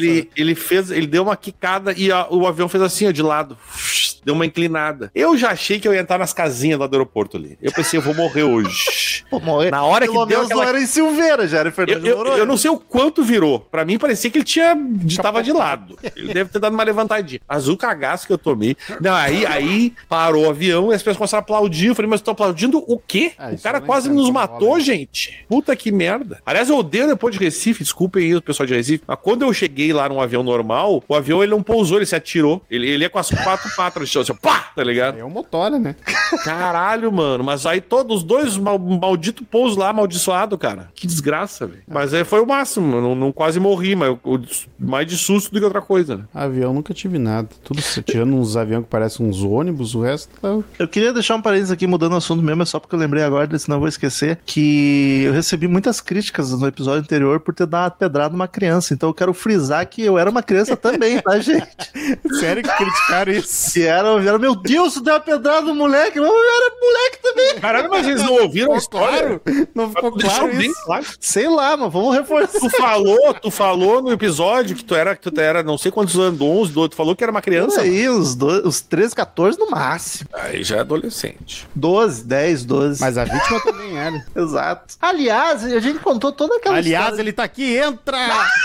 S3: ele deu uma quicada e o avião fez assim, ó, de lado. Deu uma inclinada. Eu já achei que eu ia entrar nas casinhas lá do aeroporto ali. Eu pensei, eu vou morrer hoje.
S2: Na hora que deu aquela... não era em Silveira, já era em Fernando de Noronha.
S3: Eu não sei o quanto virou. Pra mim, parecia que ele tava de lado. Ele deve ter dado uma levantadinha. Mas o cagaço que eu tomei... Não, aí parou o avião e as pessoas começaram a aplaudir. Eu falei, mas tô aplaudindo o quê? O cara quase nos matou, gente. Puta que merda. Aliás, eu odeio depois de Recife, desculpem aí o pessoal de Recife, mas quando eu cheguei lá num avião normal, o avião ele não pousou, ele se atirou. Ele ia com as 4 patas, assim, pá, tá ligado?
S4: É um motor, né?
S3: Caralho, mano. Mas aí todos os dois maldito pouso lá, amaldiçoado, cara. Que desgraça, velho. Mas aí foi o máximo. Eu não quase morri, mas mais de susto do que outra coisa, né?
S4: Avião nunca tive nada. Tudo tirando uns aviões que parecem uns ônibus, o resto tá...
S2: Eu queria deixar um parênteses aqui, mudando o assunto mesmo, é só porque eu lembrei agora, senão eu vou esquecer, que eu recebi muitas críticas no episódio anterior por ter dado uma pedrada numa criança. Então eu quero frisar que eu era uma criança também, tá, gente?
S4: Sério que criticaram isso?
S2: Que era, meu Deus, tu deu uma pedrada no moleque. Eu era moleque também.
S3: Caralho, mas eles não ouviram a história?
S4: Não ficou claro isso?
S3: Claro.
S2: Sei lá, mas vamos reforçar.
S3: Tu falou no episódio que tu era não sei quantos anos, 11, tu falou que era uma criança.
S2: Aí, os 13, 14 no máximo.
S3: Aí já é adolescente.
S2: 12, 10, 12.
S4: Mas a vítima também era.
S2: Exato. Aliás, a gente contou toda aquela
S4: história. Ele tá aqui, entra!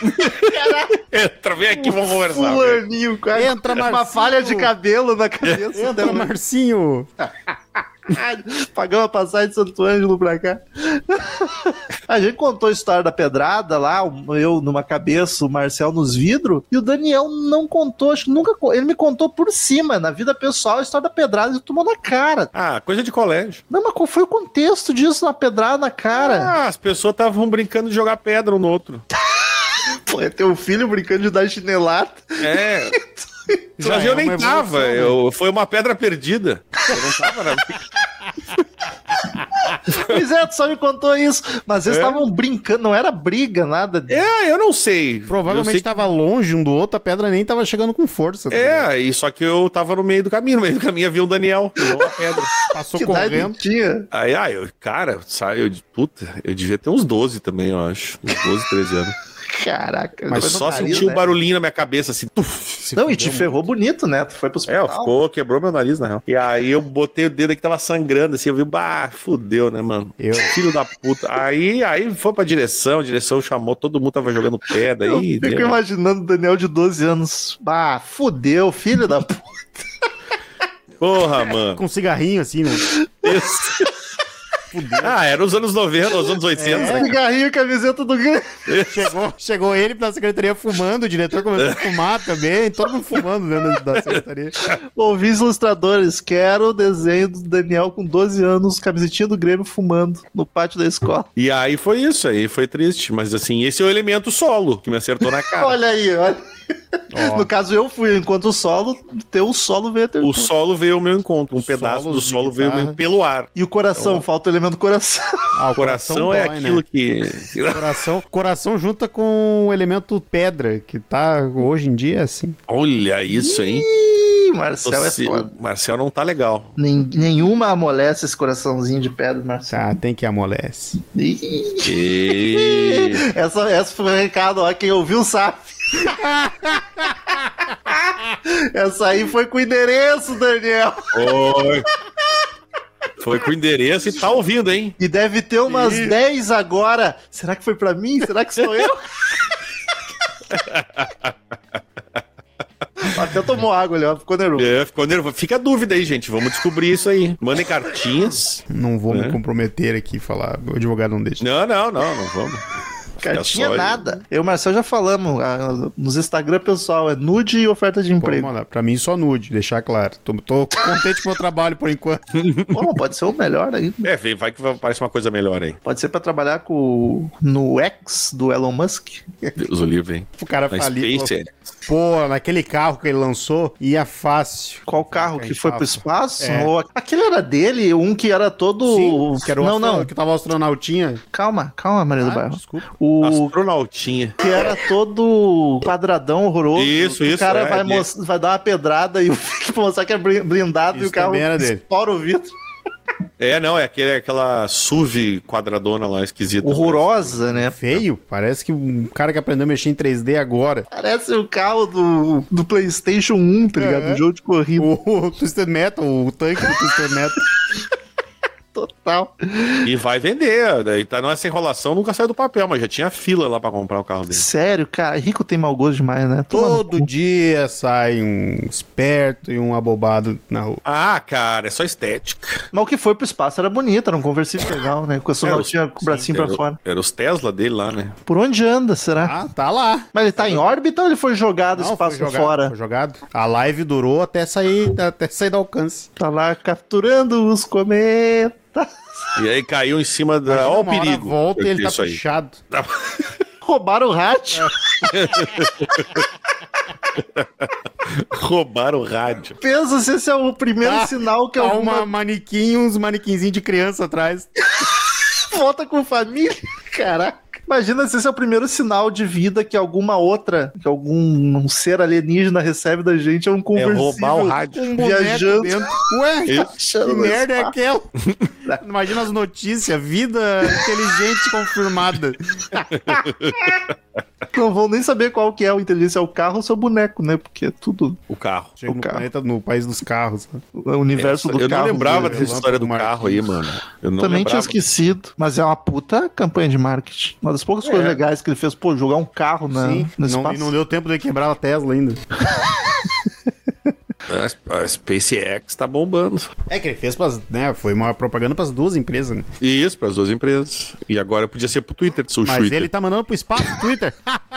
S3: Entra, vem aqui, vamos conversar. velho.
S2: Fulaninho, cara.
S4: Entra,
S2: Uma
S4: Marcinho.
S2: falha de cabelo na cabeça.
S4: Entra, Marcinho.
S2: Pagamos a passagem de Santo Ângelo pra cá. A gente contou a história da pedrada lá, eu numa cabeça, o Marcel nos vidros, e o Daniel não contou, acho que nunca. Ele me contou por cima, na vida pessoal, a história da pedrada, ele tomou na cara.
S3: Ah, coisa de colégio.
S2: Não, mas qual foi o contexto disso, na pedrada na cara?
S3: Ah, as pessoas estavam brincando de jogar pedra um no outro.
S2: Pô, é teu filho brincando de dar chinelada.
S3: É. Mas
S4: é
S3: eu nem
S4: uma
S3: tava,
S4: evolução,
S3: foi uma pedra perdida. Eu não tava na...
S2: Pois é, tu só me contou isso. Mas eles estavam brincando, não era briga, nada.
S3: eu não sei.
S4: Provavelmente
S3: Eu sei
S4: tava longe um do outro, a pedra nem tava chegando com força. tá ligado?
S3: E só que eu tava no meio do caminho. No meio do caminho havia o Daniel, pegou a pedra.
S4: Passou
S2: Que idade
S4: correndo.
S2: tinha?
S3: Aí, cara, sabe, eu devia ter uns 12 também, eu acho. Uns 12, 13 anos.
S2: Caraca.
S3: Mas
S2: foi no
S3: só
S2: nariz,
S3: senti um
S2: né?
S3: barulhinho na minha cabeça, assim. Tuf.
S2: Não, e te ferrou bonito, né? Tu foi pro hospital.
S3: Quebrou meu nariz, na real. E aí eu botei o dedo aqui, tava sangrando, assim, eu vi, fudeu, né, mano? Filho da puta. Aí foi pra direção, a direção chamou, todo mundo tava jogando pedra
S2: Eu
S3: aí.
S2: fico imaginando o Daniel de 12 anos. Fudeu, filho da puta.
S3: Porra, mano.
S4: Com um cigarrinho assim, né?
S3: Isso. Era os anos 90, os anos 80, né?
S2: Cigarrinho e camiseta do Grêmio.
S4: Chegou ele pra secretaria fumando, o diretor começou a fumar também, todo mundo fumando dentro da secretaria.
S2: Ouvi os ilustradores, quero o desenho do Daniel com 12 anos, camisetinha do Grêmio fumando no pátio da escola.
S3: E aí foi isso, aí foi triste. Mas assim, esse é o elemento solo que me acertou na cara.
S2: Olha aí, olha. No caso, eu fui, enquanto o solo, teu solo veio até
S3: O solo veio ao meu encontro, um pedaço do solo veio ao meu, pelo ar.
S2: E o coração, falta o elemento coração.
S3: O coração é
S4: dói,
S3: aquilo
S4: né?
S3: que...
S4: Coração junta com o elemento pedra, que tá hoje em dia assim.
S3: Olha isso, hein?
S2: Ih, Marcel é foda.
S3: Marcel não tá legal.
S2: Nenhuma amolece esse coraçãozinho de pedra, Marcel.
S4: Tá, tem que amolece.
S2: Essa foi o recado, ó, quem ouviu sabe. Essa aí foi com o endereço, Daniel.
S3: Foi com o endereço e tá ouvindo, hein?
S2: E deve ter umas 10 agora. Será que foi pra mim? Será que sou eu? Até tomou água ali, ó. Ficou nervoso.
S3: Ficou nervoso. Fica a dúvida aí, gente. Vamos descobrir isso aí. Mandem cartinhas.
S4: Não vou me comprometer aqui e falar, o advogado não deixa.
S3: Não vamos.
S2: Cartinha nada. Eu e o Marcel já falamos nos Instagram pessoal, é nude e oferta de emprego.
S4: Mandar. Pra mim só nude, deixar claro. Tô contente com o meu trabalho por enquanto.
S2: Bom, pode ser o melhor aí.
S3: Vai que parece uma coisa melhor aí.
S2: Pode ser pra trabalhar no X do Elon Musk.
S3: Deus o livre, hein?
S4: O cara
S3: Na
S4: faliu.
S3: Space,
S4: Pô, naquele carro que ele lançou, ia fácil.
S2: Qual carro que foi pro espaço?
S4: É.
S2: Ou aquele era dele, um que era todo...
S4: Sim, que era o
S2: não.
S4: que tava o astronautinha.
S2: Calma, Maria do Bairro.
S4: Desculpa.
S2: O
S3: Astronautinha.
S2: que era todo quadradão horroroso.
S3: Isso,
S2: O cara
S3: é,
S2: vai dar uma pedrada e pra mostrar que é blindado
S4: Isso
S2: e o carro
S4: também era dele.
S2: estoura o vidro.
S3: É aquela SUV quadradona lá, esquisita.
S2: Horrorosa, né?
S4: Feio, parece que um cara que aprendeu a mexer em 3D agora.
S2: Parece o carro do PlayStation 1, tá ligado? Do jogo de corrida.
S4: O Twisted Metal, o tanque do Twisted Metal.
S2: Total.
S3: E vai vender. Daí tá nessa enrolação, nunca saiu do papel, mas já tinha fila lá pra comprar o carro dele.
S2: Sério, cara. Rico tem mau gosto demais, né? Toma no
S4: Todo
S2: cu.
S4: dia sai um esperto e um abobado na rua.
S3: Ah, cara, é só estética.
S2: Mas o que foi pro espaço era bonito, era um conversível legal, né? Com a astronautinha com o bracinho pra fora.
S3: Era os Tesla dele lá, né?
S2: Por onde anda, será?
S4: Ah, tá lá.
S2: Mas ele tá em órbita ou ele foi jogado
S4: Não,
S2: espaço
S4: foi jogado,
S2: fora?
S4: Foi jogado. A live durou até sair do alcance.
S2: Tá lá capturando os cometas.
S3: E aí caiu em cima da...
S4: Imagina,
S3: Ó o
S4: uma hora
S3: perigo.
S4: volta e ele tá
S3: Isso aí.
S4: puxado.
S2: Roubaram o rádio.
S3: Roubaram o rádio.
S2: Pensa se esse é o primeiro sinal que
S4: Há
S2: alguma
S4: uns manequinzinhos de criança atrás.
S2: volta com família. Caraca. Imagina se esse é o primeiro sinal de vida que alguma outra, que algum ser alienígena recebe da gente, é um conversível.
S3: roubar o rádio.
S4: Um boneco
S2: Viajando.
S4: dentro. Ué, que
S2: Achando
S4: merda é
S2: espaço.
S4: aquela? Imagina as notícias, vida inteligente confirmada.
S2: Não vão nem saber qual que é o inteligência, é o carro ou seu boneco, né? Porque é tudo
S3: O carro.
S4: Chega
S2: O
S4: no
S2: carro.
S4: planeta, no país dos carros. Né?
S2: o universo do
S3: Eu
S2: carro.
S3: não lembrava
S2: né?
S3: dessa história do carro aí, mano. Eu não
S2: Também tinha
S3: lembrava.
S2: esquecido, mas é uma puta campanha de marketing. Uma das poucas coisas legais que ele fez, pô, jogar um carro
S4: Sim,
S2: no
S4: não,
S2: espaço.
S4: e não deu tempo de quebrar a Tesla ainda.
S3: A SpaceX tá bombando.
S4: É que ele fez né? Foi uma propaganda pras duas empresas, né?
S3: Isso, pras duas empresas. E agora podia ser pro Twitter, seu
S4: Mas
S3: Twitter.
S4: ele tá mandando pro espaço, Twitter.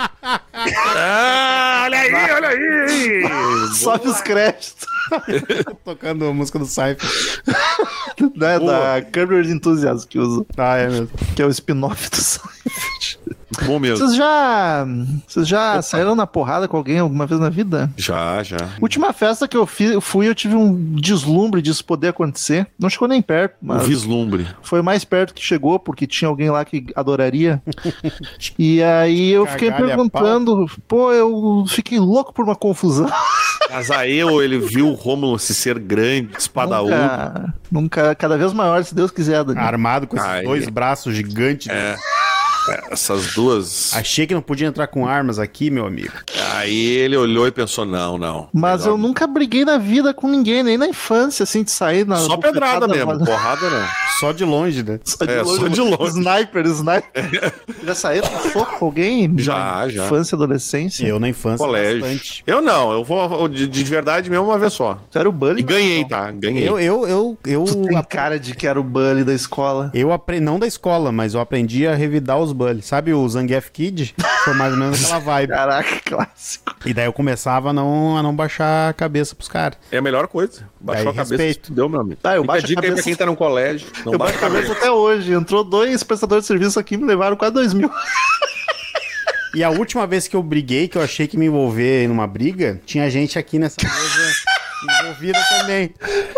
S3: Ah, olha aí, olha aí!
S2: Sobe os créditos.
S4: Tocando a música do Cypher.
S2: Né, da Curb Enthusiasm que usa,
S4: Ah, é mesmo.
S2: que é o spin-off do Seinfeld.
S3: Bom mesmo.
S2: Vocês já saíram na porrada com alguém alguma vez na vida?
S3: Já.
S2: Última festa que eu fui, eu tive um deslumbre disso poder acontecer. Não chegou nem perto,
S3: Um
S2: mas
S3: vislumbre.
S2: foi mais perto que chegou, porque tinha alguém lá que adoraria. E aí eu fiquei
S4: Cagalha
S2: perguntando, pô, eu fiquei louco por uma confusão.
S3: Casael, ele viu o Rômulo se ser grande, espadaúdo.
S2: Nunca, cada vez maior, se Deus quiser, Daniel.
S4: Armado com esses
S3: Ai,
S4: dois braços gigantes.
S3: Essas duas.
S4: Achei que não podia entrar com armas aqui, meu amigo.
S3: Aí ele olhou e pensou: não.
S2: Mas
S3: melhor
S2: eu nunca briguei na vida com ninguém, nem na infância, assim, de sair na.
S3: Só pedrada
S2: bufetada,
S3: mesmo, porrada não.
S4: Só de longe, né?
S2: Só
S3: Só de longe.
S2: Sniper. Já saíram com soco com alguém?
S3: Já.
S2: Infância, adolescência.
S4: Eu na infância
S3: Colégio.
S4: bastante.
S3: Eu não, eu vou de verdade mesmo uma vez só.
S2: Tu era o bully?
S3: E ganhei, tá? Ganhei.
S4: Eu
S2: Tu tem cara de que era o bully da escola.
S4: não da escola, mas eu aprendi a revidar os bullies. Sabe o Zangief Kid? Foi mais ou menos aquela vibe.
S2: Caraca, clássico.
S4: E daí eu começava a não baixar a cabeça pros caras.
S3: É a melhor coisa. Baixou
S4: Aí,
S3: a cabeça,
S4: respeito.
S3: deu, meu amigo.
S2: Tá, eu
S3: Fica
S2: baixo a
S3: dica aí
S2: cabeça-
S3: pra quem tá no colégio. Não
S2: Eu
S3: baixa
S2: bato
S3: a
S2: a cabeça
S3: cabeça.
S2: até hoje. Entrou 2 prestadores de serviço aqui e me levaram quase 2.000.
S4: E a última vez que eu briguei, que eu achei que me envolver numa briga, tinha gente aqui nessa mesa envolvida também.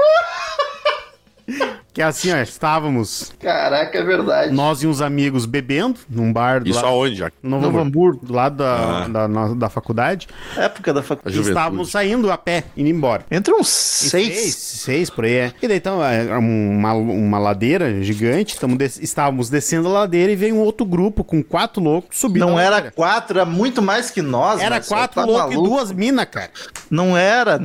S4: Que é assim, ó, estávamos
S2: Caraca, é verdade.
S4: nós e uns amigos bebendo num bar do
S3: Isso
S4: lado,
S3: aonde, já?
S4: Novo
S2: Novo
S4: Hamburgo, do lado da faculdade.
S2: Época da
S3: A
S2: faculdade.
S3: juventude.
S4: Estávamos saindo a pé, indo embora.
S2: Entre uns 6.
S4: Seis por aí, é. E daí, então, é uma ladeira gigante, estávamos descendo a ladeira e veio um outro grupo com 4 loucos subindo
S2: Não
S4: a
S2: era
S4: ladeira.
S2: 4, era muito mais que nós.
S4: Era
S2: Marcelo,
S4: 4
S2: tá
S4: loucos e
S2: maluco?
S4: 2 minas, cara.
S2: Não era.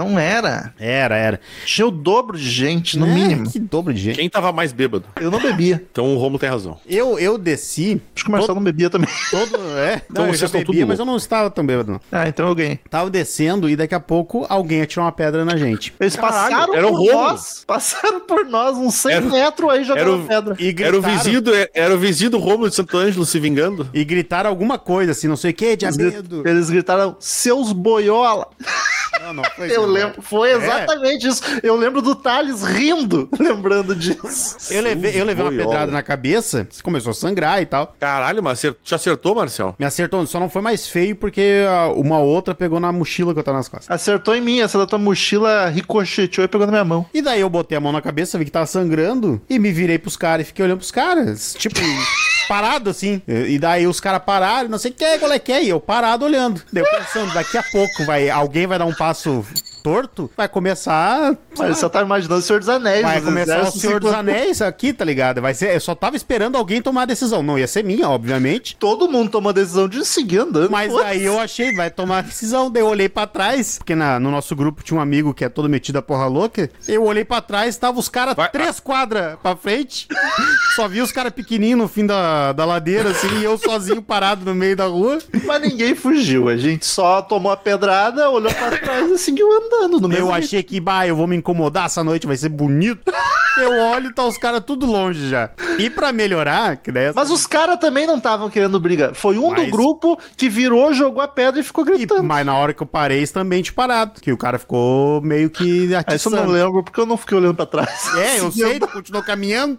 S4: Era.
S2: Tinha o dobro de gente, no
S4: É,
S2: mínimo.
S4: Que dobro de gente.
S3: Quem tava mais bêbado?
S2: Eu não bebia.
S3: Então o Romulo tem razão.
S4: Eu desci
S2: Acho que o Marcelo não bebia também.
S4: todo...
S3: Então
S4: não, eu
S3: vocês
S4: já
S3: estão
S4: bebia,
S3: tudo
S4: mas eu não estava tão bêbado, não.
S2: Ah, então eu ganhei.
S4: Tava descendo e daqui a pouco alguém atirou uma pedra na gente.
S2: Eles
S3: Caralho,
S2: passaram
S3: era o
S2: por
S3: Rômulo.
S2: nós. Passaram por nós, uns 100
S3: Era-
S2: metros aí jogando pedra.
S4: E
S3: Era o
S4: gritaram,
S3: vizinho do Romulo de Santo Ângelo se vingando.
S4: e gritaram alguma coisa, assim, não sei o que, diabedo.
S2: Eles gritaram, seus boiola.
S4: Não foi
S2: Eu
S4: isso,
S2: lembro, foi exatamente isso. Eu lembro do Thales rindo, lembrando disso.
S4: Eu levei uma
S3: Boiola.
S4: pedrada na cabeça, começou a sangrar e tal.
S3: Caralho, mas te acertou, Marcel?
S4: Me acertou, só não foi mais feio porque uma outra pegou na mochila que eu tava nas costas.
S2: Acertou em mim, essa da tua mochila ricocheteou e pegou na minha mão.
S4: E daí eu botei a mão na cabeça, vi que tava sangrando e me virei pros caras e fiquei olhando pros caras, tipo, parado assim. E daí os caras pararam, não sei o que, qual é que é, e eu parado olhando. Daí eu pensando, daqui a pouco alguém vai dar um passo torto, vai começar...
S2: Mas você tá imaginando o Senhor dos Anéis.
S4: Vai
S2: os
S4: começar o
S2: exércitos
S4: Senhor dos
S2: enquanto-
S4: Anéis aqui, tá ligado? Vai ser, eu só tava esperando alguém tomar a decisão. Não ia ser minha, obviamente.
S2: Todo mundo toma a decisão de seguir andando.
S4: Mas
S2: foda-se.
S4: aí eu achei, vai tomar a decisão. Daí eu olhei pra trás, porque no nosso grupo tinha um amigo que é todo metido a porra louca. Eu olhei pra trás, tava os caras
S3: Vai-
S4: 3 quadras pra frente. Só vi os caras pequenininhos no fim da ladeira, assim, e eu sozinho parado no meio da rua.
S2: Mas ninguém fugiu. A gente só tomou a pedrada, olhou pra trás e seguiu andando. No mesmo
S4: Eu achei que, eu vou me incomodar, essa noite vai ser bonito. Eu olho e tá os caras tudo longe já. E pra melhorar, que daí...
S2: Mas os caras também não estavam querendo briga. Foi um do
S4: Mas-
S2: grupo que virou, jogou a pedra e ficou gritando.
S4: Mas na hora que eu parei, também tinha parado. Que o cara ficou meio que
S2: Ah, isso eu não
S4: atiçando.
S2: lembro, porque eu não fiquei olhando pra trás.
S4: É, eu sei, tu continuou caminhando.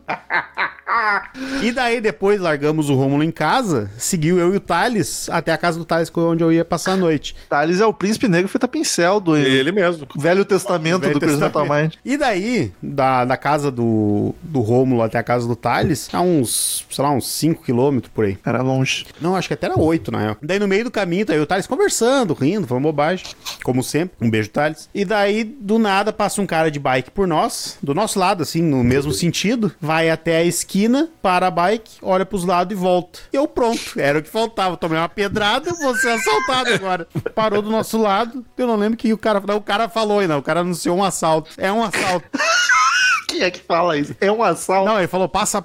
S4: E daí depois largamos o Rômulo em casa, seguiu eu e o Thales até a casa do Thales, que foi onde eu ia passar a noite.
S2: Thales é o príncipe negro feita pincel do
S3: Ele mesmo.
S2: Velho Testamento
S4: Velho
S2: do Crazy Metal
S4: Testamento.
S2: Mind.
S4: E daí, da casa do Rômulo até a casa do Thales, há uns, sei lá, uns 5 quilômetros por aí.
S2: Era longe.
S4: Não, acho que até era 8, na real. Daí no meio do caminho, tá aí o Thales conversando, rindo, falando bobagem, como sempre. Um beijo, Thales. E daí, do nada, passa um cara de bike por nós, do nosso lado, assim, no mesmo sentido, vai até a esquina esquina, para a bike, olha pros lados e volta. Eu pronto, era o que faltava. Tomei uma pedrada, vou ser assaltado agora. Parou do nosso lado, eu não lembro que o cara falou ainda, o cara anunciou um assalto. É um assalto.
S2: Quem é que fala isso? É um assalto?
S4: Não, ele falou, passa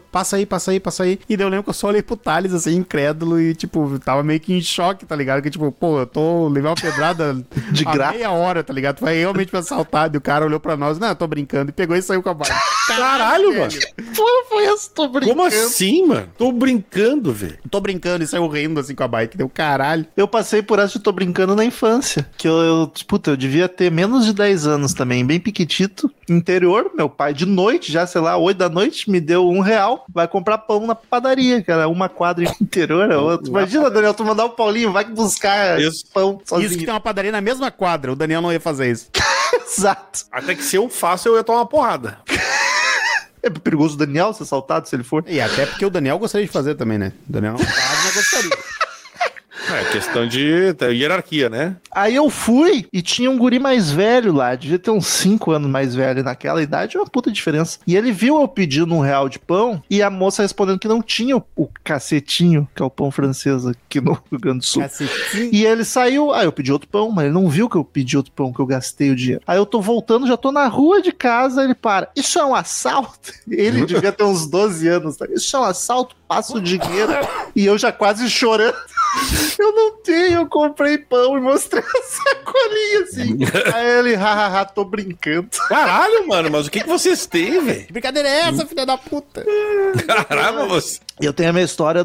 S4: aí. E daí eu lembro que eu só olhei pro Thales, assim, incrédulo e, tipo, tava meio que em choque, tá ligado? Que, tipo, pô, eu levei uma pedrada
S2: de graça,
S4: meia hora, tá ligado? Tu vai realmente me assaltar. E o cara olhou pra nós, não, eu tô brincando. E pegou e saiu com a bike.
S3: Caralho, mano.
S2: Foi essa, tô brincando.
S3: Como assim, mano? Tô brincando, velho.
S4: Tô brincando e saiu rindo, assim, com a bike. Deu caralho.
S2: Eu passei por essa de tô brincando na infância. Que eu devia ter menos de 10 anos também, bem piquitito. Interior, meu pai de noite, já, sei lá, 8 da noite, me deu R$1. Vai comprar pão na padaria, cara. Uma quadra interior é outra. Imagina, Daniel, tu mandar o Paulinho, vai buscar pão sozinho.
S4: Isso que tem uma padaria na mesma quadra. O Daniel não ia fazer isso.
S2: Exato.
S3: Até que se eu faço, eu ia tomar uma porrada.
S2: É perigoso o Daniel ser assaltado se ele for.
S4: E até porque o Daniel gostaria de fazer também, né? O Daniel não gostaria.
S3: É questão de hierarquia, né?
S2: Aí eu fui e tinha um guri mais velho lá, devia ter uns 5 anos mais velho naquela idade, é uma puta diferença. E ele viu eu pedindo R$1 de pão e a moça respondendo que não tinha o cacetinho, que é o pão francês aqui no Rio Grande do Sul. Cacetinho. E ele saiu, eu pedi outro pão, mas ele não viu que eu pedi outro pão, que eu gastei o dinheiro. Aí eu tô voltando, já tô na rua de casa, ele para, isso é um assalto? Ele devia ter uns 12 anos, tá? Isso é um assalto? Passa o dinheiro. E eu já quase chorando. Eu não tenho, eu comprei pão e mostrei a sacolinha assim. Aí ele, hahaha, tô brincando.
S3: Caralho, mano, mas o que vocês têm, velho?
S4: Que brincadeira é essa, filha da puta?
S3: Caralho, você.
S2: Eu tenho a minha história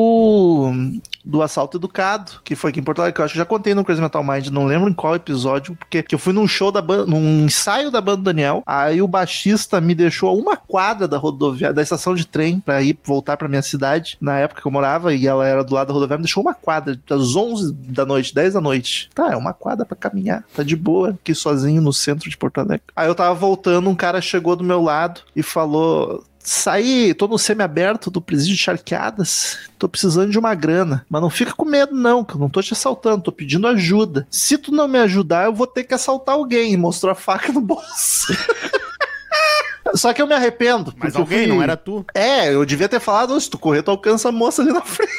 S2: do assalto educado, que foi aqui em Porto Alegre, que eu acho que já contei no Crazy Metal Mind, não lembro em qual episódio, porque eu fui num show da banda, num ensaio da banda do Daniel, aí o baixista me deixou a uma quadra da rodoviária, da estação de trem, pra ir voltar pra minha cidade, na época que eu morava, e ela era do lado da rodoviária, me deixou uma quadra, das 11 da noite, 10 da noite. Tá, é uma quadra pra caminhar, tá de boa, aqui sozinho no centro de Porto Alegre. Aí eu tava voltando, um cara chegou do meu lado e falou... Saí, tô no semi-aberto do presídio de Charqueadas, tô precisando de uma grana, mas não fica com medo não, que eu não tô te assaltando, tô pedindo ajuda. Se tu não me ajudar, eu vou ter que assaltar alguém. E mostrou a faca no bolso. Só que eu me arrependo.
S4: Mas alguém, não era tu.
S2: Eu devia ter falado, se tu correr, tu alcança a moça ali na frente.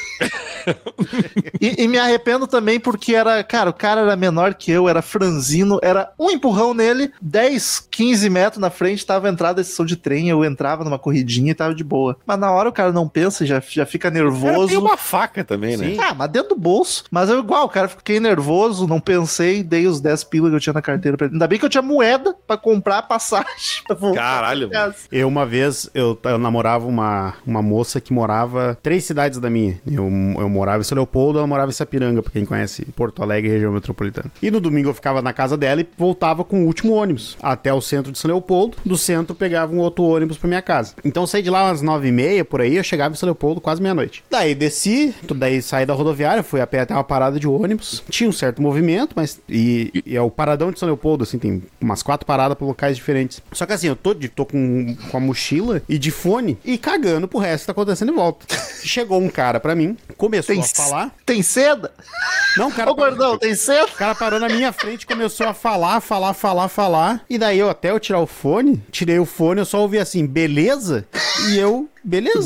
S2: e me arrependo também porque o cara era menor que eu, era franzino, era um empurrão nele, 10, 15 metros na frente, tava a entrada da estação de trem, eu entrava numa corridinha e tava de boa. Mas na hora o cara não pensa, já fica nervoso.
S3: Tem uma faca também, né?
S2: Sim. Mas dentro do bolso. Mas eu igual, cara, fiquei nervoso, não pensei, dei os 10 pila que eu tinha na carteira pra ele. Ainda bem que eu tinha moeda pra comprar a passagem. Pra voltar.
S3: Caralho.
S4: Eu uma vez, eu namorava uma moça que morava 3 cidades da minha. Eu morava em São Leopoldo, ela morava em Sapiranga, pra quem conhece Porto Alegre e região metropolitana. E no domingo eu ficava na casa dela e voltava com o último ônibus até o centro de São Leopoldo. Do centro pegava um outro ônibus pra minha casa. Então eu saí de lá umas 9h30, por aí, eu chegava em São Leopoldo quase meia-noite. Daí desci, saí da rodoviária, fui a pé até uma parada de ônibus. Tinha um certo movimento, mas... E é o paradão de São Leopoldo, assim, tem umas 4 paradas pra locais diferentes. Só que assim, eu tô com a mochila e de fone e cagando pro resto que tá acontecendo em volta. Chegou um cara pra mim, começou a falar.
S2: Tem seda?
S4: Não, cara.
S2: Ô, gordão, tem seda?
S4: O cara parou na minha frente, começou a falar. E daí até eu tirar o fone, tirei o fone, eu só ouvi assim, beleza? E eu, beleza.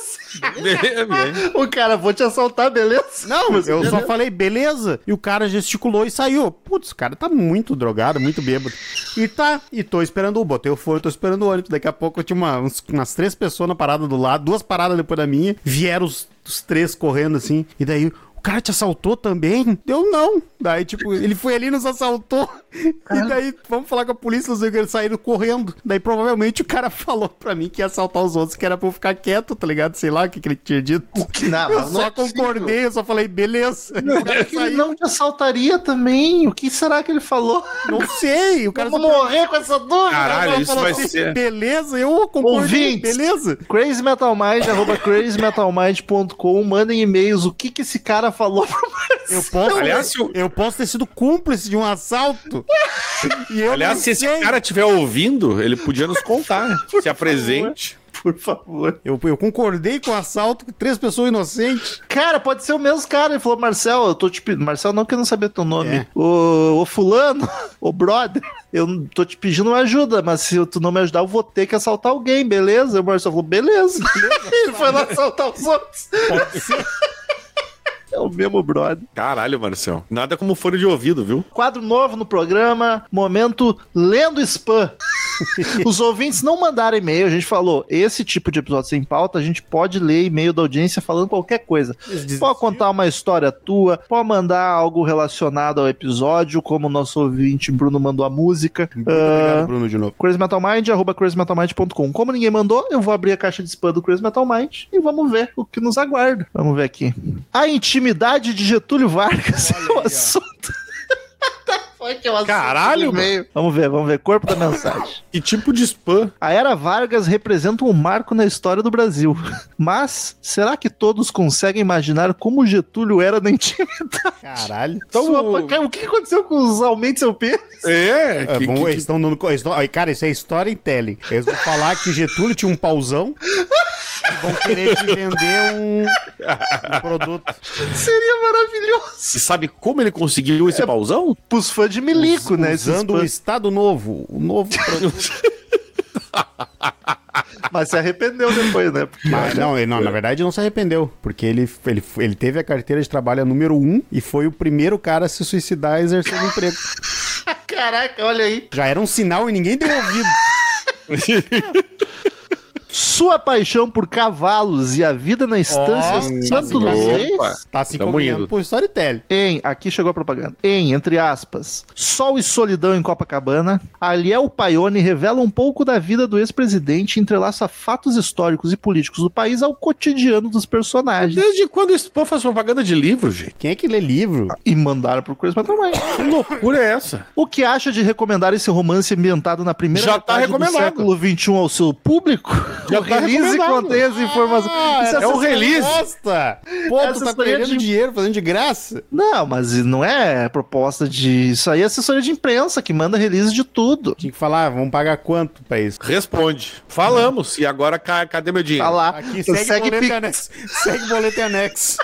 S2: O cara, vou te assaltar, beleza?
S4: Não, mas eu só falei, beleza? E o cara gesticulou e saiu. Putz, o cara tá muito drogado, muito bêbado. E tô esperando botei o fone, tô esperando o ônibus. Daqui a pouco eu tinha umas 3 pessoas na parada do lado, 2 paradas depois da minha. Vieram os 3 correndo assim. E daí... O cara te assaltou também? Eu não. Daí, tipo, ele foi ali e nos assaltou. E daí, vamos falar com a polícia, não sei o que, eles saíram correndo. Daí, provavelmente, o cara falou pra mim que ia assaltar os outros, que era pra eu ficar quieto, tá ligado? Sei lá o que ele tinha dito. Eu só concordei, eu só falei, beleza.
S2: Ele não te assaltaria também? O que será que ele falou?
S4: Não sei. O cara
S2: Vamos morrer com essa dúvida.
S3: Caralho, isso vai
S4: assim,
S3: ser...
S4: Beleza, eu concordei, beleza.
S2: crazymetalmind, @crazymetalmind.com, mandem e-mails, o que esse cara falou pro Marcelo.
S4: Eu posso ter sido cúmplice de um assalto.
S3: Aliás, se esse cara estiver ouvindo, ele podia nos contar. Se apresente.
S2: Por favor.
S4: Eu concordei com o assalto com 3 pessoas inocentes.
S2: Cara, pode ser o mesmo cara. Ele falou, Marcel, eu tô te pedindo. Marcel, não que eu não sabia teu nome.
S4: É.
S2: Ô fulano, ô brother, eu tô te pedindo uma ajuda, mas se tu não me ajudar, eu vou ter que assaltar alguém, beleza? E o Marcel falou, beleza. Ele foi lá assaltar os outros.
S4: Pode ser.
S2: É o mesmo brother.
S3: Caralho, Marcel. Nada como fone de ouvido, viu?
S2: Quadro novo no programa, momento Lendo Spam. Os ouvintes não mandaram e-mail, a gente falou, esse tipo de episódio sem pauta, a gente pode ler e-mail da audiência falando qualquer coisa. Pode contar uma história tua, pode mandar algo relacionado ao episódio, como o nosso ouvinte Bruno mandou a música.
S4: Muito obrigado, Bruno, de novo.
S2: crazymetalmind, @crazymetalmind.com. Como ninguém mandou, eu vou abrir a caixa de spam do Crazy Metal Mind e vamos ver o que nos aguarda. Vamos ver aqui. A intimidade de Getúlio Vargas é o assunto. Foi que é o assunto
S3: Caralho,
S2: do e-mail. Vamos ver. Corpo da mensagem.
S3: Que tipo de spam?
S2: A Era Vargas representa um marco na história do Brasil. Mas, será que todos conseguem imaginar como Getúlio era na intimidade?
S4: Caralho.
S2: O que aconteceu com os aumentos seu peso?
S4: Eles estão dando. Cara, isso é storytelling. Eles vão falar que Getúlio tinha um pauzão e vão querer te vender um produto.
S2: Seria maravilhoso.
S3: Você sabe como ele conseguiu esse pauzão?
S2: Pros fãs de milico, né?
S4: Usando o Estado Novo. O novo produto.
S2: Mas se arrependeu depois, né? Porque,
S4: Mas não, na verdade não se arrependeu, porque ele teve a carteira de trabalho número 1 e foi o primeiro cara a se suicidar exercendo emprego.
S2: Caraca, olha aí.
S4: Já era um sinal e ninguém deu ouvido.
S2: Sua paixão por cavalos e a vida na estância Santo dos Reis.
S4: Tá se
S3: Tamo
S4: encaminhando
S3: indo.
S4: por storytelling.
S2: Aqui chegou a propaganda. Entre aspas, Sol e Solidão em Copacabana, Aliel Paione revela um pouco da vida do ex-presidente e entrelaça fatos históricos e políticos do país ao cotidiano dos personagens.
S3: Desde quando esse povo faz propaganda de livro, gente?
S4: Quem é que lê livro?
S2: E mandaram pro Crazy Metal Mind.
S3: Que loucura é essa?
S2: O que acha de recomendar esse romance ambientado na primeira
S3: Já tá
S2: metade do
S3: recomendado.
S2: século XXI ao seu público?
S3: Já
S2: O
S3: tá
S2: release
S3: recomendado.
S2: contém as informações. Isso
S3: é um release.
S4: Gosta. Pô,
S2: Essa
S4: tu tá
S2: história
S4: perdendo
S2: de-
S4: dinheiro fazendo de graça.
S2: Não, mas não é proposta de... Isso aí é assessoria de imprensa que manda release de tudo.
S4: Tinha que falar, vamos pagar quanto pra isso?
S3: Responde. Falamos. E agora cadê meu dinheiro?
S2: Tá lá.
S4: Aqui,
S2: Segue
S4: segue boleto
S2: Pix.
S4: e anexo. Segue boleto e anexo.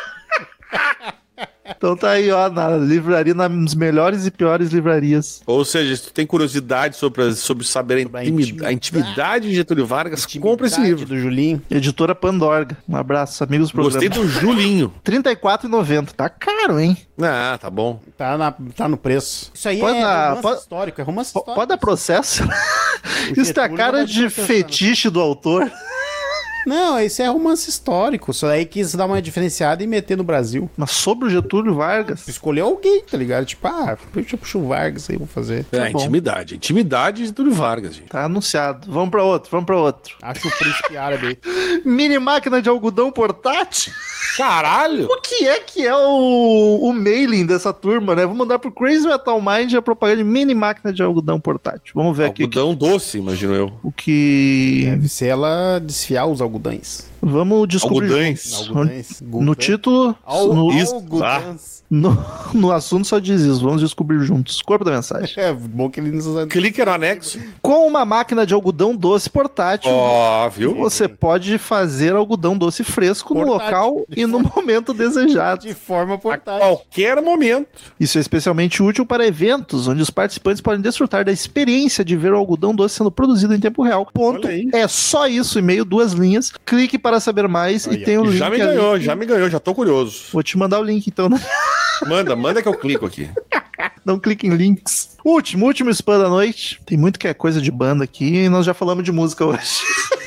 S2: Então tá aí, ó, na livraria, nas melhores e piores livrarias.
S3: Ou seja, se tu tem curiosidade sobre saber
S4: Sobre
S3: a intimidade de Getúlio Vargas, compra esse livro.
S4: do Julinho.
S2: Editora Pandorga. Um abraço, amigos do programa.
S3: Gostei do Julinho.
S2: R$ 34,90. Tá caro, hein?
S3: Ah, tá bom.
S4: Tá no preço. Isso aí
S2: Pode dar-
S4: romance
S2: pode-
S4: histórico, é romance histórico.
S2: Pode dar processo? Isso tem a
S4: Getúlio
S2: cara
S4: vai
S2: de
S4: processar.
S2: fetiche do autor.
S4: Não, esse é romance histórico. Isso aí quis dar uma diferenciada e meter no Brasil.
S2: Mas sobre o Getúlio Vargas.
S4: Escolheu alguém, tá ligado? Tipo, deixa eu puxar o Vargas aí, vou fazer.
S3: É,
S2: bom.
S3: intimidade. Intimidade de Getúlio Vargas, gente.
S2: Tá anunciado. Vamos pra outro.
S4: Acho o príncipe árabe aí.
S2: Mini máquina de algodão portátil?
S3: Caralho!
S2: O que é o mailing dessa turma, né? Vou mandar pro Crazy Metal Mind a propaganda de mini máquina de algodão portátil. Vamos ver aqui
S3: Algodão doce, imagino eu.
S2: o que...
S4: Deve ser ela desfiar os algodões.
S2: Vamos descobrir.
S3: Algodões.
S4: Algodões.
S2: No título,
S3: Isso.
S4: Algodões.
S2: no assunto só diz isso. Vamos descobrir juntos. Corpo da mensagem.
S4: É bom que ele não...
S3: Clique no anexo.
S2: Com uma máquina de algodão doce portátil,
S3: Ó, viu?
S2: você pode fazer algodão doce fresco no
S4: Portátil.
S2: local e no momento desejado.
S4: De forma
S3: A
S4: portátil.
S3: qualquer momento.
S2: Isso é especialmente útil para eventos onde os participantes podem desfrutar da experiência de ver o algodão doce sendo produzido em tempo real. Ponto.
S3: Olha aí.
S2: É só isso, e-mail, 2 linhas. Clique para saber mais
S4: Aí,
S2: e tem o link.
S3: Já me
S2: ali.
S3: ganhou, já tô curioso.
S2: Vou te mandar o link, então.
S3: Manda que eu clico aqui.
S2: Não clique em links. Último spam da noite. Tem muito que é coisa de banda aqui e nós já falamos de música hoje.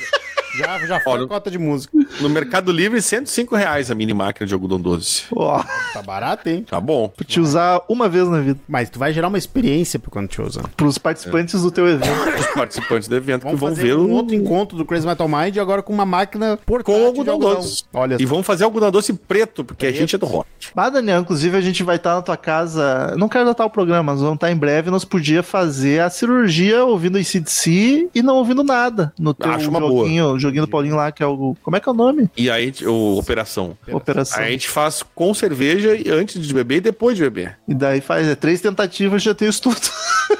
S4: Já foi
S3: Olha,
S4: a cota de música.
S3: No Mercado Livre, R$105 a mini máquina de algodão doce.
S2: Ó,
S4: Tá barato, hein?
S3: Tá bom.
S2: pra te usar uma vez na vida.
S4: Mas tu vai gerar uma experiência por quando te usar.
S2: Pros participantes do teu evento.
S3: Os participantes do evento que
S4: Vamos
S3: vão
S4: fazer
S3: ver
S4: um
S3: o...
S4: outro encontro do Crazy Metal Mind agora com uma máquina portátil
S3: com
S4: de
S3: algodão doce.
S4: Olha
S3: E vamos fazer algodão doce preto, porque a
S4: Preto.
S3: gente é do rock.
S2: Ah, Daniel, inclusive a gente vai estar na tua casa. Não quero datar o programa, mas vamos estar em breve. Nós podíamos fazer a cirurgia ouvindo AC/DC e não ouvindo nada. No teu
S3: Acho uma
S2: joguinho do Paulinho lá, que é o. Como é que é o nome?
S3: E aí, Operação.
S2: Operação.
S3: Aí a gente faz com cerveja antes de beber e depois de beber.
S2: E daí faz 3 tentativas, já tem isso tudo.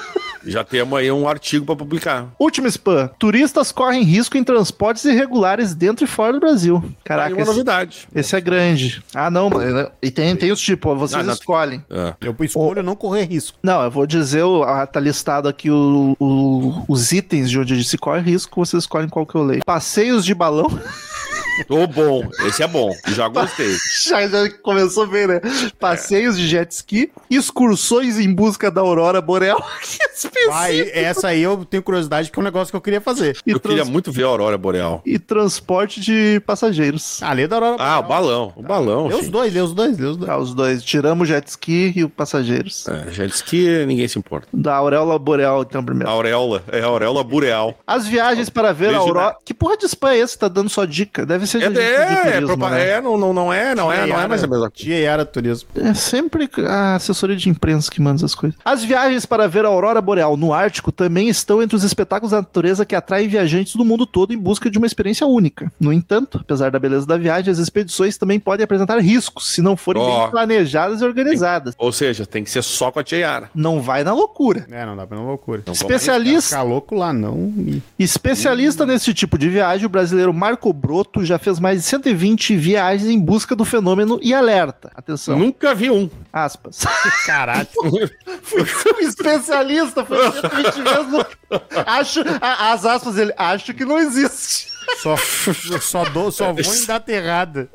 S3: Já temos aí um artigo pra publicar.
S2: Último spam. Turistas correm risco em transportes irregulares dentro e fora do Brasil. Caraca,
S3: Aí uma novidade.
S2: esse é grande. Ah, não, mano. E tem os tipos, vocês escolhem.
S3: É.
S4: Eu escolho não correr risco.
S2: Não, eu vou dizer, tá listado aqui os itens de onde se corre risco, vocês escolhem qual que eu leio. Passeios de balão.
S3: Tô bom, esse é bom, já gostei.
S2: Já começou bem, né? Passeios de jet ski, excursões em busca da aurora boreal. Que específico.
S4: Vai, essa aí eu tenho curiosidade, porque é um negócio que eu queria fazer.
S2: E
S3: Eu queria muito ver a aurora boreal.
S2: E transporte de passageiros.
S4: Ali da hora.
S3: Ah, o balão,
S4: Lê os dois.
S2: Ah, os dois. Tiramos o jet ski e o passageiros.
S3: Jet ski, ninguém se importa.
S2: Da auréola boreal, então, primeiro.
S3: Auréola, a auréola boreal.
S2: As viagens para ver a
S3: Beijo,
S2: aurora...
S3: né?
S2: Que porra de spam é esse? Tá dando só dica. Deve ser de turismo, né?
S3: Não é mais a mesma coisa.
S4: Tia Yara Turismo.
S2: É sempre a assessoria de imprensa que manda essas coisas. As viagens para ver a aurora boreal no Ártico também estão entre os espetáculos da natureza que atraem viajantes do mundo todo em busca de uma experiência única. No entanto, apesar da beleza da viagem, as expedições também podem apresentar riscos se não forem bem planejadas e organizadas.
S3: Ou seja, tem que ser só com a Tia Yara.
S2: Não vai na loucura.
S4: Não dá pra uma loucura.
S3: Não
S2: Especialista,
S4: Ficar louco lá, não.
S2: especialista nesse tipo de viagem, o brasileiro Marco Broto já fez mais de 120 viagens em busca do fenômeno e alerta. Atenção.
S3: Nunca vi um.
S2: Aspas.
S4: Caralho.
S2: Fui especialista, foi 120 vezes. As aspas dele, acho que não existe.
S4: Só vou em data errada.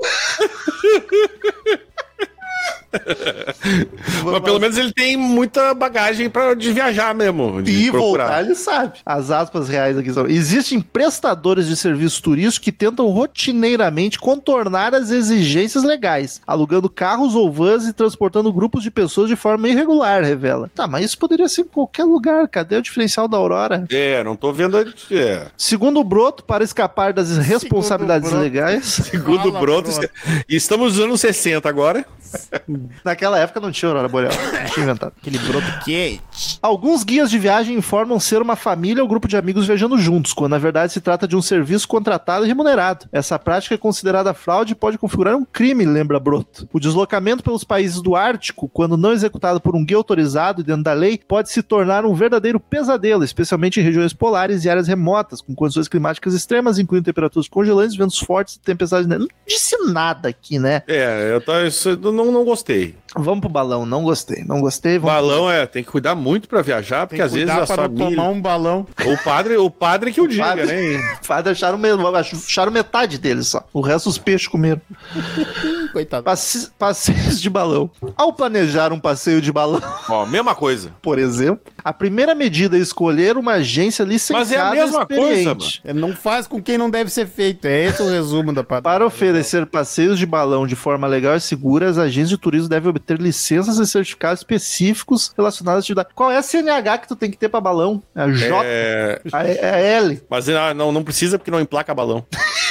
S3: Mas pelo menos ele tem muita bagagem de viajar mesmo. De
S2: E
S3: procurar.
S2: voltar, ele sabe. As aspas reais aqui são: existem prestadores de serviços turísticos que tentam rotineiramente contornar as exigências legais, alugando carros ou vans e transportando grupos de pessoas de forma irregular, revela. Tá, mas isso poderia ser em qualquer lugar. Cadê o diferencial da Aurora?
S3: Não tô vendo.
S2: Segundo o Broto, para escapar das responsabilidades
S4: Broto.
S2: legais,
S3: Segundo o Broto. E estamos nos anos 60 agora.
S2: naquela época não tinha Aurora Boreal, não tinha inventado.
S4: Aquele broto quente.
S2: Alguns guias de viagem informam ser uma família ou grupo de amigos viajando juntos, quando na verdade se trata de um serviço contratado e remunerado. Essa prática é considerada fraude e pode configurar um crime, lembra Broto. O deslocamento pelos países do Ártico, quando não executado por um guia autorizado e dentro da lei, pode se tornar um verdadeiro pesadelo, especialmente em regiões polares e áreas remotas, com condições climáticas extremas, incluindo temperaturas congelantes, ventos fortes e tempestades. Não disse nada aqui, né?
S3: Eu não gostei.
S2: Vamos pro balão, não gostei. Vamos
S3: Balão tem que cuidar muito pra viajar, porque às vezes a família...
S4: tomar um balão.
S3: O padre que o diga, né?
S2: O padre acharam metade dele só. O resto os peixes comeram.
S4: Coitado.
S2: Passeios de balão. Ao planejar um passeio de balão,
S3: Ó, mesma coisa.
S2: por exemplo, a primeira medida é escolher uma agência licenciada.
S3: Mas é a mesma coisa,
S4: Não faz com quem não deve ser feito. É esse o resumo da parada.
S2: Para oferecer passeios de balão de forma legal e segura, as agências de turismo devem obter licenças e certificados específicos relacionados à atividade. Qual é a CNH que tu tem que ter para balão? É a J? É a L?
S3: Mas não precisa porque não emplaca balão.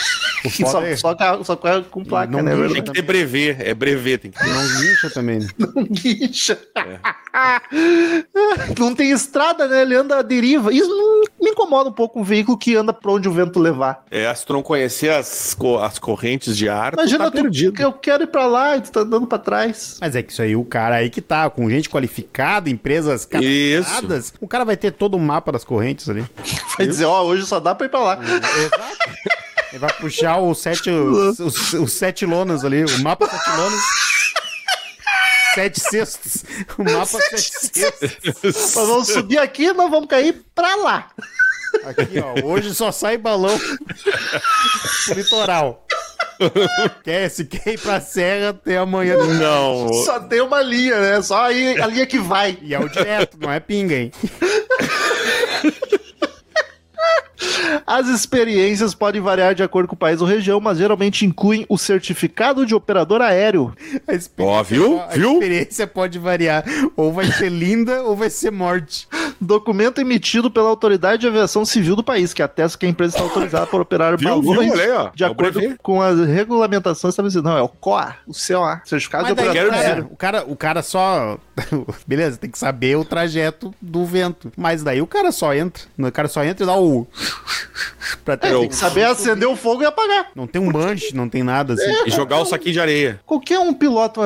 S2: Só com placa,
S4: Não
S2: né?
S4: guincha.
S3: Tem que ter brevet. É brevet, tem que ter.
S4: Não guincha também, né?
S2: Não guincha. Não tem estrada, né? Ele anda à deriva. Isso me incomoda um pouco, um veículo que anda pra onde o vento levar.
S3: Se tu não conhecer as correntes de ar,
S2: Imagina,
S3: tu tá perdido.
S2: eu quero ir pra lá e tu tá andando pra trás.
S4: Mas é que isso aí, o cara aí que tá com gente qualificada, empresas cadastradas, o cara vai ter todo o mapa das correntes ali.
S2: Vai dizer, hoje só dá pra ir pra lá.
S4: Exato. Ele vai puxar os 7 lonas ali, o mapa 7 lonas. 7 cestos. O mapa 7 cestos.
S2: Nós vamos subir aqui e nós vamos cair pra lá.
S4: Aqui, ó. Hoje só sai balão pro litoral. Se quer ir pra serra, tem amanhã.
S3: Não.
S2: Só tem uma linha, né? Só aí, a linha que vai.
S4: E é o direto, não é pinga, hein?
S2: As experiências podem variar de acordo com o país ou região, mas geralmente incluem o certificado de operador aéreo.
S4: Ó,
S3: viu?
S4: A experiência pode variar. Ou vai ser linda ou vai ser morte.
S2: Documento emitido pela Autoridade de Aviação Civil do país, que atesta que a empresa está autorizada para operar balões
S3: Olha aí, ó.
S2: de acordo com as regulamentações estabelecidas. Não, é o COA, o COA, certificado de operador aéreo.
S4: O cara só... Beleza, tem que saber o trajeto do vento. Mas daí o cara só entra. O cara só entra e dá o... Pra ter
S2: Tem que saber acender o fogo e apagar.
S4: Não tem um manche, não tem nada assim.
S3: E jogar o saquinho de areia.
S2: Qualquer um pilota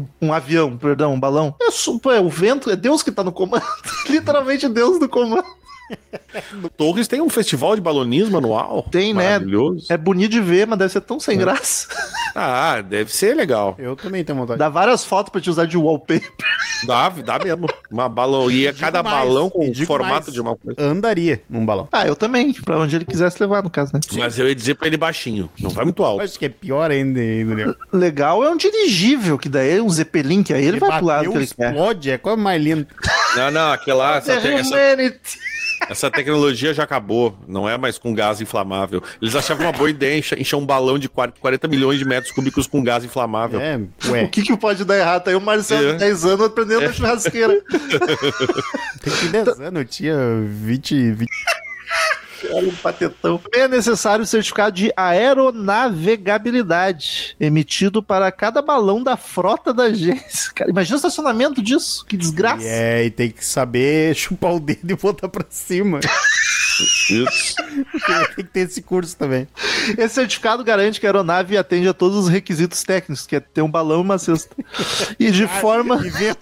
S2: um balão. É o vento, é Deus que tá no comando. Literalmente Deus no comando.
S3: Torres tem um festival de balonismo anual.
S2: Tem, né?
S3: Maravilhoso.
S2: É bonito de ver, mas deve ser tão sem graça.
S3: Ah, deve ser legal.
S4: Eu também tenho vontade.
S2: Dá várias fotos pra te usar de wallpaper.
S3: Dá mesmo. Uma balão. E cada
S4: mais,
S3: balão com o
S4: digo
S3: formato
S4: mais.
S3: de uma coisa.
S4: Andaria num balão.
S2: Ah, eu também. Pra onde ele quisesse levar, no caso, né?
S3: Mas eu ia dizer pra ele baixinho. Não vai muito alto.
S4: Acho que é pior ainda, Daniel.
S2: Legal é um dirigível, que daí é um Zeppelin, que aí ele vai pro lado que ele quer.
S4: Explode, é coisa mais linda.
S3: Não, aquela...
S2: Humanity.
S3: Essa tecnologia já acabou, não é mais com gás inflamável. Eles achavam uma boa ideia encher um balão de 40 milhões de metros cúbicos com gás inflamável.
S4: É,
S2: O
S4: ué.
S2: que pode dar errado? Tá aí o Marcelo de 10 anos aprendendo na churrasqueira.
S4: Tem que 10 anos, eu tinha 20.
S2: Olha um patetão. É necessário o certificado de aeronavegabilidade emitido para cada balão da frota da agência. Cara, imagina o estacionamento disso. Que desgraça.
S4: E tem que saber chupar o dedo e botar pra cima.
S3: Isso.
S4: Tem que ter esse curso também.
S2: Esse certificado garante que a aeronave atende a todos os requisitos técnicos, que é ter um balão e uma cesta. E de forma...
S4: E vento.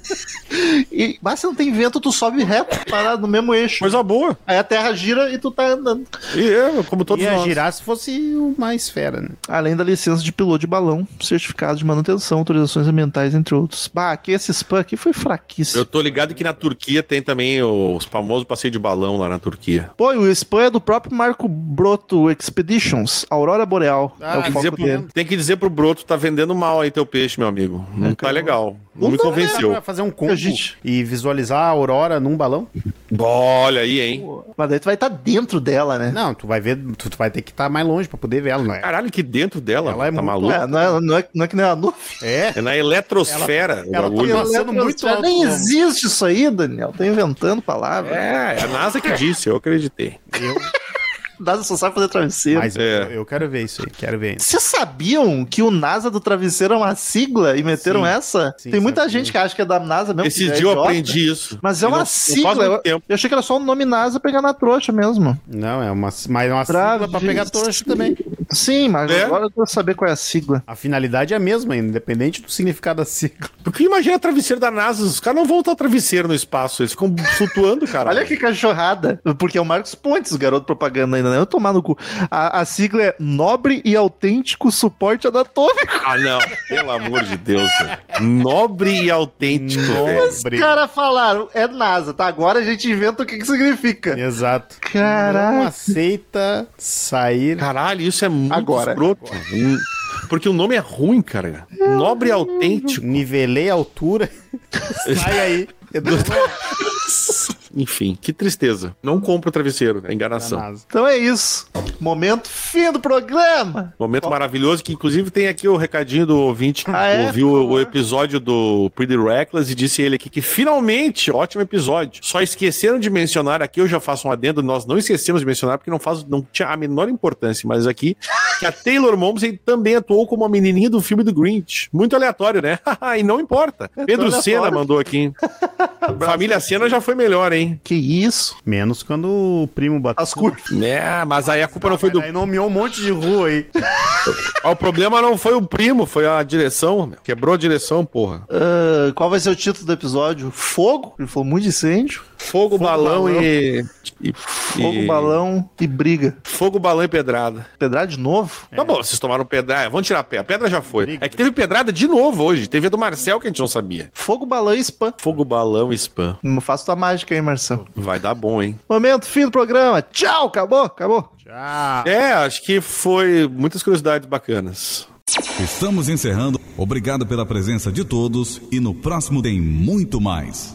S2: Mas se não tem vento, tu sobe reto, parado no mesmo eixo.
S3: Coisa boa.
S2: Aí a terra gira e tu tá andando.
S3: E como todos
S4: Ia
S3: nós.
S4: girar se fosse uma esfera, né?
S2: Além da licença de piloto de balão, certificado de manutenção, autorizações ambientais, entre outros. Bah, aqui esse spam aqui foi fraquíssimo.
S3: Eu tô ligado que na Turquia tem também os famosos passeios de balão lá na Turquia.
S2: Pô, e o spam é do próprio Marco Broto Expeditions, Aurora Boreal. é o
S3: Tem que
S2: foco dele.
S3: tem que dizer pro Broto, tá vendendo mal aí teu peixe, meu amigo. Não tá legal. Não me
S4: Dá
S3: convenceu.
S4: pra fazer um combo
S2: gente-
S4: e visualizar a aurora num balão?
S3: Olha aí, hein?
S2: Mas daí tu vai estar dentro dela, né?
S4: Não, tu vai ver, tu vai ter que estar mais longe pra poder ver ela, não é?
S3: Caralho, que dentro dela,
S4: Ela é
S3: tá
S4: muito
S3: maluco?
S2: Não é que nem a nuvem.
S4: É.
S3: É na eletrosfera o
S4: ela tá
S3: bagulho.
S4: passando muito alto.
S2: Nem existe isso aí, Daniel. Tá inventando palavras.
S3: É a NASA que disse, eu acreditei.
S2: NASA só sabe fazer travesseiro.
S4: Mas
S3: É.
S4: eu quero ver isso aí, quero ver.
S2: Vocês sabiam que o NASA do travesseiro é uma sigla e meteram
S4: Sim.
S2: essa?
S4: Sim,
S2: Tem muita
S4: sabia.
S2: gente que acha que é da NASA mesmo.
S3: Esses
S2: que é
S3: dias eu
S2: idiota.
S3: aprendi isso.
S2: Mas é
S3: E
S2: uma
S3: não faz
S2: sigla.
S3: muito
S2: Eu
S3: tempo.
S2: achei que era só o nome NASA pegar na trouxa mesmo.
S4: Não, é uma sigla pra pegar trouxa também.
S2: Sim, mas
S3: É?
S2: agora eu quero saber qual é a sigla.
S4: A finalidade é a mesma, independente do significado da sigla.
S3: Porque imagina a travesseiro da NASA, os caras não vão estar travesseiro no espaço, eles ficam flutuando, cara.
S2: Olha que cachorrada. Porque é o Marcos Pontes, o garoto propaganda ainda, né? Eu tomar no cu. A sigla é Nobre e Autêntico Suporte Anatômico.
S3: Ah, não. Pelo amor de Deus, velho. Nobre e autêntico, velho.
S2: Os caras falaram, é NASA, tá? Agora a gente inventa o que significa.
S4: Exato. Não
S2: Caraca.
S4: aceita sair.
S3: Caralho, isso é muito
S2: Agora.
S3: escroto. Porque o nome é ruim, cara. Nobre e autêntico.
S4: Nivelei a altura. Sai aí.
S3: Enfim, que tristeza. Não compra o travesseiro, é enganação.
S4: NASA.
S2: Então é isso. Momento fim do programa.
S3: Momento maravilhoso, que inclusive tem aqui o recadinho do ouvinte.
S2: Ah, é?
S3: Ouviu
S2: Por favor.
S3: o episódio do Pretty Reckless e disse ele aqui que finalmente, ótimo episódio. Só esqueceram de mencionar aqui, eu já faço um adendo, nós não esquecemos de mencionar porque não tinha a menor importância, mas aqui, que a Taylor Momsen também atuou como a menininha do filme do Grinch. Muito aleatório, né? E não importa. Pedro
S2: aleatório.
S3: Senna mandou aqui. Família Senna já foi melhor, hein?
S2: Que isso?
S4: Menos quando o primo bateu.
S2: As curvas.
S3: É, mas aí a culpa não foi do...
S4: Aí nomeou um monte de rua aí.
S3: O problema não foi o primo, foi a direção. Meu. Quebrou a direção, porra.
S2: Qual vai ser o título do episódio? Fogo? Ele falou muito incêndio.
S3: Fogo, balão,
S4: balão.
S3: e...
S2: Fogo, balão e briga.
S3: Fogo, balão e pedrada.
S2: Pedrada de novo?
S3: Tá bom, vocês tomaram pedrada. Vamos tirar a pedra. A pedra já foi. É que teve pedrada de novo hoje. Teve a do Marcel que a gente não sabia.
S2: Fogo, balão e spam.
S3: Fogo, balão e spam.
S2: Não faço tua mágica aí, Marcelo.
S3: Vai dar bom, hein?
S2: Momento fim do programa. Tchau, acabou, acabou.
S4: Já.
S3: É, acho que foi muitas curiosidades bacanas.
S7: Estamos encerrando. Obrigado pela presença de todos e no próximo tem muito mais.